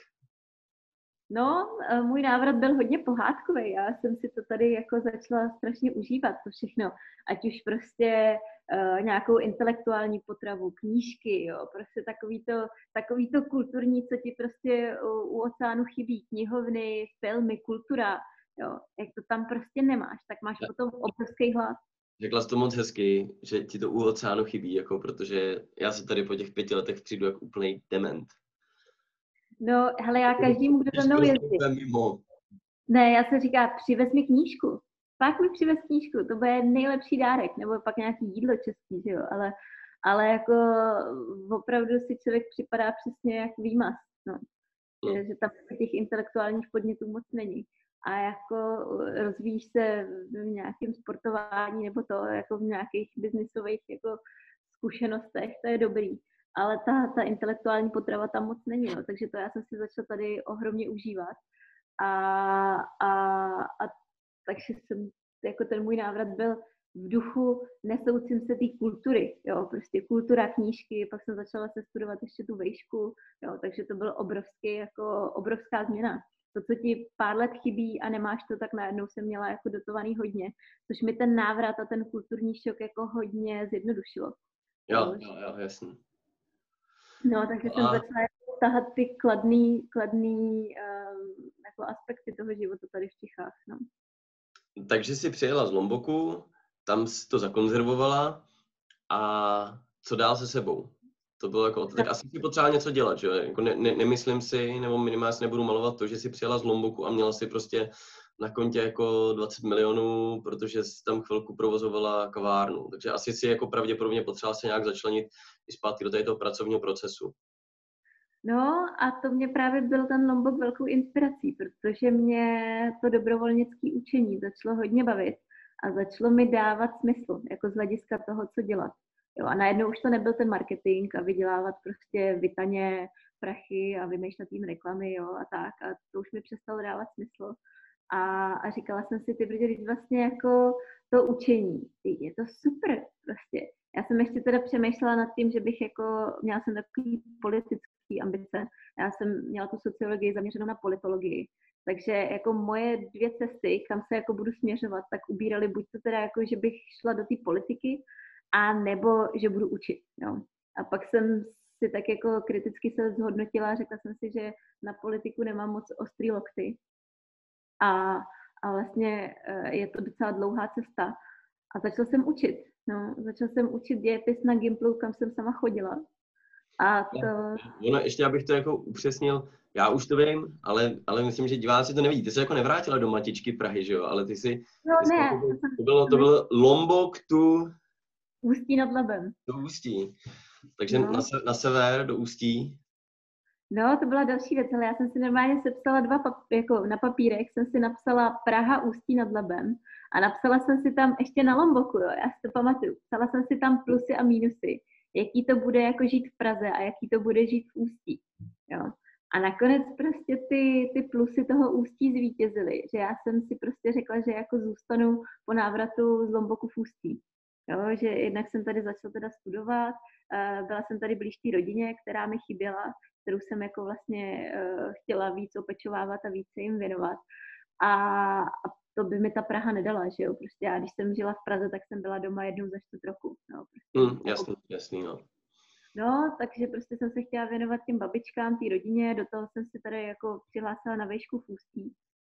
No, můj návrat byl hodně pohádkový. Já jsem si to tady jako začala strašně užívat, to všechno. Ať už prostě uh, nějakou intelektuální potravu, knížky, jo, prostě takový to, takový to kulturní, co ti prostě u, u oceánu chybí, knihovny, filmy, kultura, jo. Jak to tam prostě nemáš, tak máš potom obrovský hlad. Řekla jsi to moc hezky, že ti to u oceánu chybí, jako, protože já se tady po těch pěti letech přijdu jak úplnej dement. No, hele, já každému, kdo za mnou jezdí. Ne, já se říká, přivez mi knížku. Pak mi přivez knížku, to bude nejlepší dárek, nebo pak nějaký jídlo český, že jo, ale, ale jako opravdu si člověk připadá přesně jak výmaz, no. no. Že, že tam těch intelektuálních podnětů moc není. A jako rozvíjíš se v nějakém sportování nebo to, jako v nějakých biznisových jako zkušenostech, to je dobrý. Ale ta, ta intelektuální potrava tam moc není, no. Takže to já jsem si začala tady ohromně užívat. A, a, a takže jsem, jako ten můj návrat byl v duchu nesoucím se té kultury, jo, prostě kultura, knížky, pak jsem začala se studovat ještě tu vejšku, jo, takže to byl obrovský, jako obrovská změna. To, co ti pár let chybí a nemáš to, tak najednou jsem měla jako dotovaný hodně, což mi ten návrat a ten kulturní šok jako hodně zjednodušilo. Jo, jo, jo, jasně. No, takže jsem a... začala tahat ty kladný, kladný um, jako aspekty toho života tady v Čechách, no. Takže jsi přijela z Lomboku, tam jsi to zakonzervovala a co dál se sebou? To bylo jako, tak asi si potřeba něco dělat, že jo? Jako ne, ne, nemyslím si, nebo minimálně si nebudu malovat to, že jsi přijela z Lomboku a měla si prostě na kontě jako dvacet milionů, protože jsi tam chvilku provozovala kavárnu. Takže asi si jako pravděpodobně potřeba se nějak začlenit i zpátky do toho pracovního procesu. No a to mě právě byl ten Lombok velkou inspirací, protože mě to dobrovolnické učení začalo hodně bavit a začalo mi dávat smysl, jako z hlediska toho, co dělat. Jo, a najednou už to nebyl ten marketing a vydělávat prostě vytaně prachy a vymýšlet jim reklamy, jo, a tak. A to už mi přestalo dávat smysl. A, a říkala jsem si, ty brďo, vlastně jako to učení, je to super prostě. Já jsem ještě teda přemýšlela nad tím, že bych jako, měla jsem takový politický ambice. Já jsem měla tu sociologii zaměřenou na politologii. Takže jako moje dvě cesty, kam se jako budu směřovat, tak ubíraly buď to teda jako, že bych šla do té politiky, a nebo že budu učit. Jo. A pak jsem si tak jako kriticky se zhodnotila, řekla jsem si, že na politiku nemám moc ostrý lokty A, a vlastně je to docela dlouhá cesta. A začala jsem učit. No, začala jsem učit dějepis na Gimplu, kam jsem sama chodila. A to... Ono, ještě abych to jako upřesnil, já už to vím, ale, ale myslím, že diváci to nevidí. Ty jsi jako nevrátila do matičky Prahy, že jo? Ale ty jsi... No ty jsi ne. jako, to, bylo, to bylo Lombok tu... Ústí nad Labem. Do Ústí. Takže no. na, se, na sever do Ústí. No, to byla další věc, ale já jsem si normálně sepsala dva, pap- jako na papírech jsem si napsala Praha, Ústí nad Labem a napsala jsem si tam ještě na Lomboku, jo, já si to pamatuju. Psala jsem si tam plusy a mínusy, jaký to bude jako žít v Praze a jaký to bude žít v Ústí, jo. A nakonec prostě ty, ty plusy toho Ústí zvítězily, že já jsem si prostě řekla, že jako zůstanu po návratu z Lomboku v Ústí. Jo, že jednak jsem tady začala teda studovat, byla jsem tady blíž té rodině, která mi chyběla, kterou jsem jako vlastně uh, chtěla víc opečovávat a víc se jim věnovat. A, a to by mi ta Praha nedala, že jo, prostě já když jsem žila v Praze, tak jsem byla doma jednou za čtvrt roku. No, prostě, mm, jasný, jasný, no. No, takže prostě jsem se chtěla věnovat těm babičkám, té rodině, do toho jsem si tady jako přihlásila na vejšku v Ústí.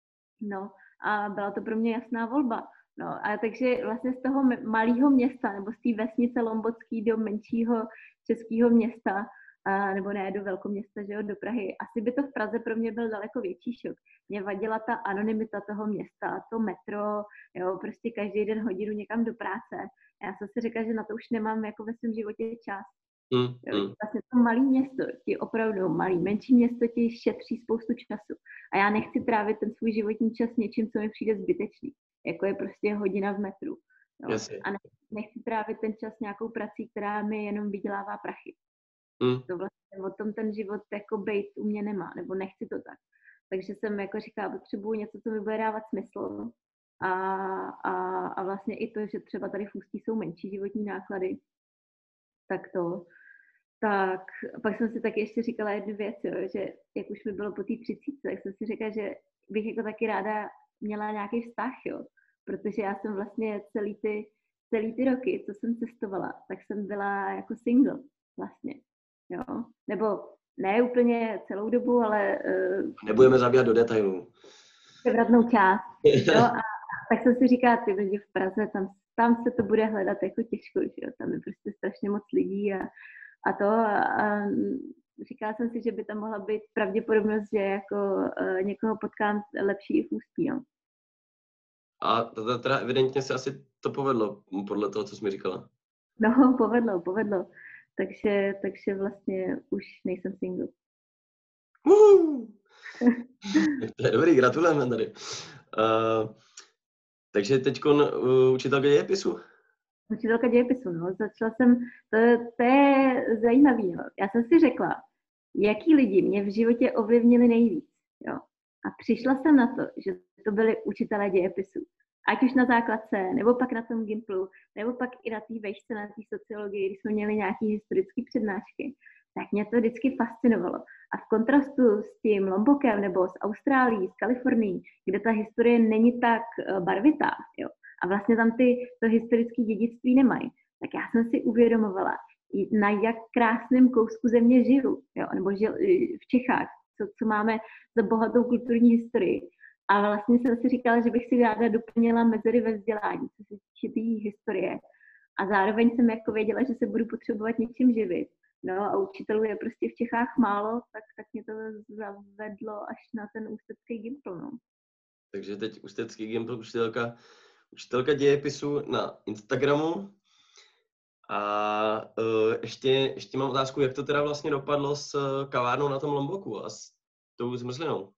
No, a byla to pro mě jasná volba. No, a takže vlastně z toho malého města, nebo z té vesnice Lombocký do menšího českého města, a, nebo ne, do velkoměsta, že jo, do Prahy. Asi by to v Praze pro mě byl daleko větší šok. Mě vadila ta anonymita toho města, to metro, jo, prostě každý den hodinu někam do práce. A já jsem si řekla, že na to už nemám jako ve svém životě čas. Mm, jo, mm. vlastně to malé město, ti opravdu malý, menší město ti šetří spoustu času. A já nechci trávit ten svůj životní čas něčím, co mi přijde zbytečný. Jako je prostě hodina v metru. Jo. A nechci trávit ten čas nějakou prací, která mi jenom vydělává prachy. Mm. To vlastně o tom ten život jako bejt u mě nemá, nebo nechci to tak. Takže jsem jako říkala, potřebuji něco, co mi bude dávat smysl. A, a, a vlastně i to, že třeba tady v Ústí jsou menší životní náklady, tak to. Tak pak jsem si taky ještě říkala jednu věc, jo, že jak už mi bylo po té třicítce, tak jsem si říkala, že bych jako taky ráda měla nějaký vztah, jo, protože já jsem vlastně celý ty, celý ty roky, co jsem cestovala, tak jsem byla jako single vlastně, jo, nebo ne úplně celou dobu, ale... Uh, Nebudeme zabíhat do detailů. Převratnou část, jo, a tak jsem si říkala, ty lidi v Praze, tam, tam se to bude hledat jako těžko, že jo, tam je prostě strašně moc lidí a A to a říkala jsem si, že by tam mohla být pravděpodobnost, že jako uh, někoho potkám lepší i v Ústí. No. A to teda evidentně se asi to povedlo, podle toho, co jsi mi říkala. No, povedlo, povedlo. Takže, takže vlastně už nejsem single. Uh! To je dobrý, gratulujeme tady. Uh, takže teď uh, učitelka dějepisu. Učitelka dějepisu, no. Začala jsem, to, to je zajímavý, no. Já jsem si řekla, jaký lidi mě v životě ovlivnili nejvíc, jo. A přišla jsem na to, že to byli učitelé dějepisu. Ať už na základce, nebo pak na tom Gimplu, nebo pak i na té vejšce, na té sociologii, když jsme měli nějaké historické přednášky, tak mě to vždycky fascinovalo. A v kontrastu s tím Lombokem, nebo s Austrálií, s Kalifornií, kde ta historie není tak barvitá, jo, a vlastně tam ty, to historické dědictví nemají, tak já jsem si uvědomovala, na jak krásném kousku země žiju, jo, nebo žil v Čechách, co, co máme za bohatou kulturní historii. A vlastně jsem si říkala, že bych si ráda doplnila mezery ve vzdělání, co se týče té historie. A zároveň jsem jako věděla, že se budu potřebovat něčím živit. No a učitelů je prostě v Čechách málo, tak, tak mě to zavedlo až na ten ústecký Gimpl. No. Takže teď ústecký Gimpl, učitelka, učitelka dějepisu na Instagramu. A uh, ještě, ještě mám otázku, jak to teda vlastně dopadlo s kavárnou na tom Lomboku a s tou zmrzlinou?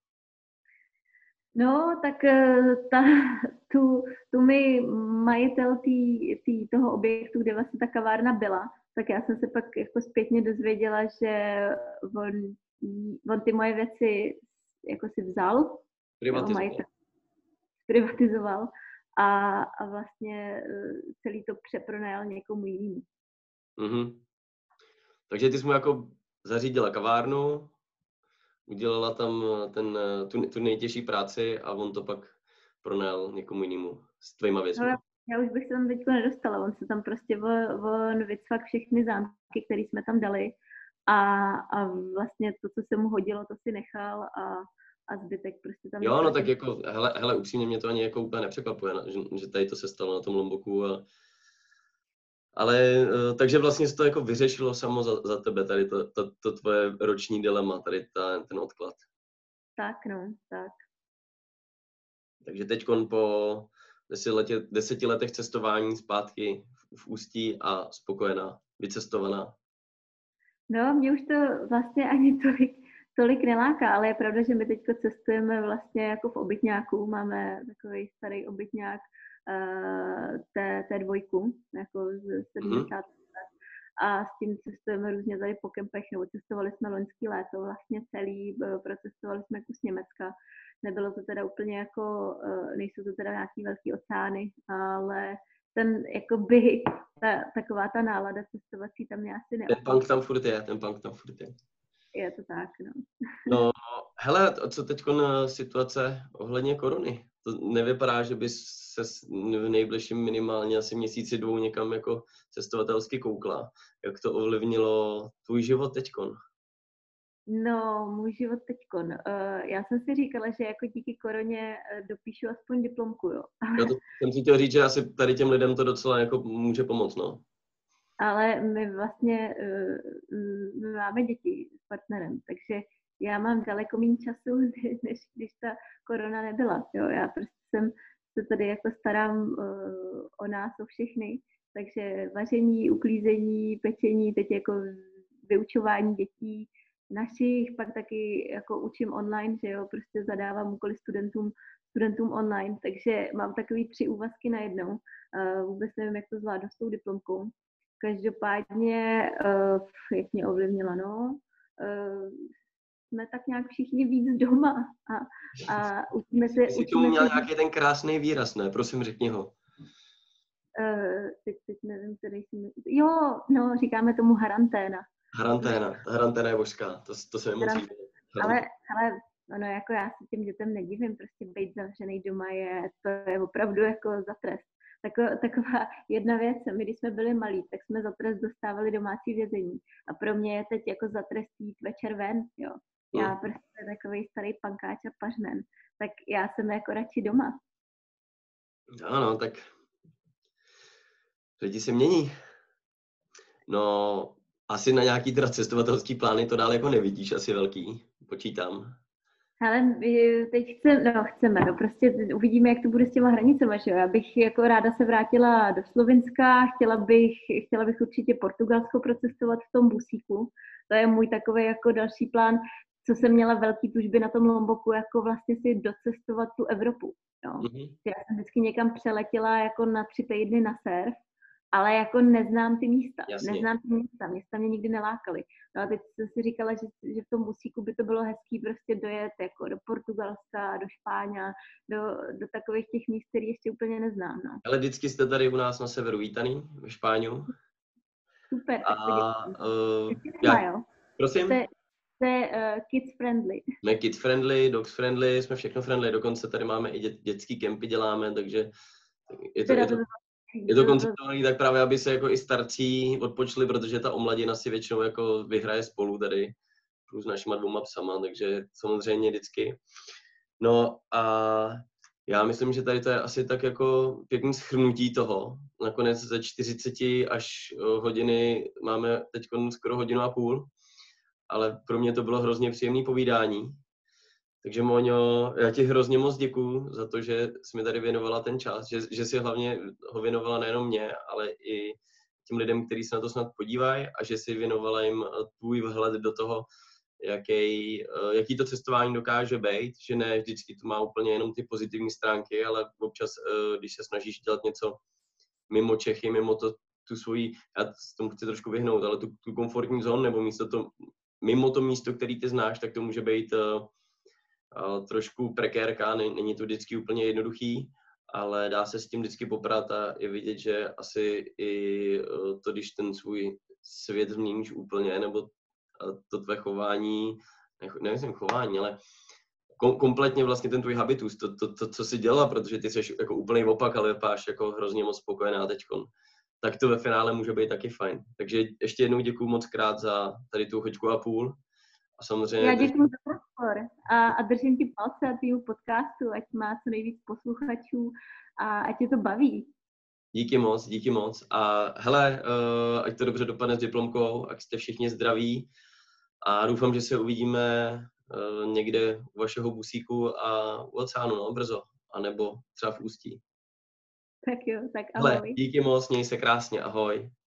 No, tak ta, tu, tu mi majitel tý, tý, toho objektu, kde vlastně ta kavárna byla, tak já jsem se pak jako zpětně dozvěděla, že on, on ty moje věci jako si vzal, Privatizoval. Majitel, privatizoval a, a vlastně celý to přepronajal někomu jinému. Mm-hmm. Takže ty jsi mu jako zařídila kavárnu, udělala tam ten, tu, tu nejtěžší práci a on to pak pronajal někomu jinému s tvýma věcmi. No, já už bych se tam teďko nedostala, on se tam prostě on vycvak všechny zámky, které jsme tam dali a, a vlastně to, co se mu hodilo, to si nechal a, a zbytek prostě tam... Jo, no tak jako, hele, hele, upřímně mě to ani jako úplně nepřekvapuje, že, že tady to se stalo na tom Lomboku. A, ale, takže vlastně se to jako vyřešilo samo za, za tebe, tady to, to, to tvoje roční dilema, tady ta, ten odklad. Tak, no, tak. Takže teďkon po deseti, letě, deseti letech cestování zpátky v, v Ústí a spokojená, vycestovaná. No, mě už to vlastně ani tolik, tolik neláká, ale je pravda, že my teď cestujeme vlastně jako v obytňáku, máme takový starý obytňák uh, té, té dvojku, jako z sedmdesátých let. A s tím cestujeme různě tady po kempech, nebo cestovali jsme loňský léto, vlastně celý, procestovali jsme kus Německa. Nebylo to teda úplně jako, nejsou to teda nějaký velký oceány, ale ten, jakoby, ta, taková ta nálada cestovací tam mě asi neopustí. Ten punk tam furt je, ten punk tam furt je. Je to tak, no. No, hele, co teďkon situace ohledně korony? To nevypadá, že bys se v nejbližším minimálně asi měsíci dvou někam jako cestovatelsky koukla. Jak to ovlivnilo tvůj život teďkon? No, můj život teďkon. Uh, já jsem si říkala, že jako díky koroně dopíšu aspoň diplomku, jo. Já to jsem si chtěl říct, že asi tady těm lidem to docela jako může pomoct, no. Ale my vlastně uh, my máme děti s partnerem, takže já mám daleko méně času, než když ta korona nebyla, jo. Já prostě jsem se tady jako starám uh, o nás, o všechny, takže vaření, uklízení, pečení, teď jako vyučování dětí našich, pak taky jako učím online, že jo, prostě zadávám úkoly studentům, studentům online, takže mám takový tři úvazky najednou. Uh, vůbec nevím, jak to zvládnu s tou diplomkou. Každopádně, uh, jak mě ovlivnila, no, uh, jsme tak nějak všichni víc doma a, a učíme se... Jsi tomu měl nějaký ten krásný výraz, ne? Prosím, řekni ho. Uh, teď, teď nevím, který jsem... Jo, no, říkáme tomu haranténa. Haranténa, haranténa je božská, to, to se nemocí. Ale, ale ono, jako já se těm dětem nedivím, prostě být zavřený doma je, to je opravdu jako za trest. Tako, taková jedna věc, my když jsme byli malí, tak jsme za trest dostávali domácí vězení. A pro mě je teď jako za trest jít večer ven, jo. Já hmm. prostě takový starý pankáč a pařmen, tak já jsem jako radši doma. Ano, tak lidi se mění. No, asi na nějaký teda cestovatelský plány to dál jako nevidíš, asi velký, počítám. Ale teď chceme, no chceme, no prostě uvidíme, jak to bude s těma hranicema, že jo. Já bych jako ráda se vrátila do Slovinska, chtěla bych, chtěla bych určitě Portugalsko procestovat v tom busíku. To je můj takový jako další plán, co jsem měla velký tužby na tom Lomboku, jako vlastně si docestovat tu Evropu, jo. Mm-hmm. Já jsem vždycky někam přeletěla jako na tři týdny na surf, ale jako neznám ty místa, Jasně. neznám ty místa, města mě nikdy nelákaly. No a teď jsem si říkala, že, že v tom busíku by to bylo hezký prostě dojet jako do Portugalska, do Špáňa, do, do takových těch míst, které ještě úplně neznám. No. Ale vždycky jste tady u nás na severu vítaný, ve Špáňu. Super, a, tak uh, já, jo. Prosím? Jste, jste uh, kids friendly. Jsme kids friendly, dogs friendly, jsme všechno friendly, dokonce tady máme i dět, dětský kempy děláme, takže je to, je to, je to konceptovaný tak právě, aby se jako i starcí odpočli, protože ta omladina si většinou jako vyhraje spolu tady s našima dvouma psama, takže samozřejmě vždycky. No a já myslím, že tady to je asi tak jako pěkný shrnutí toho. Nakonec ze čtyřicet až hodiny máme teď skoro hodinu a půl, ale pro mě to bylo hrozně příjemné povídání. Takže Moňo, já ti hrozně moc děkuju za to, že jsi mi tady věnovala ten čas, že, že jsi hlavně ho věnovala nejenom mě, ale i těm lidem, kteří se na to snad podívají a že jsi věnovala jim tvůj vhled do toho, jaký, jaký to cestování dokáže být, že ne vždycky to má úplně jenom ty pozitivní stránky, ale občas, když se snažíš dělat něco mimo Čechy, mimo to, tu svoji, já s tomu chci trošku vyhnout, ale tu, tu komfortní zónu nebo místo to, mimo to místo, který ty znáš, tak to může být Uh, trošku prekérka, není to vždycky úplně jednoduchý, ale dá se s tím vždycky poprat a je vidět, že asi i uh, to, když ten svůj svět změníš úplně, nebo uh, to tvé chování, ne, nevím chování, ale kom, kompletně vlastně ten tvůj habitus, to, to, to, co jsi dělala, protože ty jsi jako úplný opak, ale vypadáš jako hrozně moc spokojená teďkon, tak to ve finále může být taky fajn. Takže ještě jednou děkuju moc krát za tady tu hoďku a půl. A samozřejmě Já držím... děkuji za prostor a, a držím ti palce a týmu podcastu, ať má co nejvíc posluchačů a ať je to baví. Díky moc, díky moc. A hele, uh, ať to dobře dopadne s diplomkou, ať jste všichni zdraví a doufám, že se uvidíme uh, někde u vašeho busíku a u oceánu, no, brzo. A nebo třeba v Ústí. Tak jo, tak Hele, ahoj. díky moc, měj se krásně, ahoj.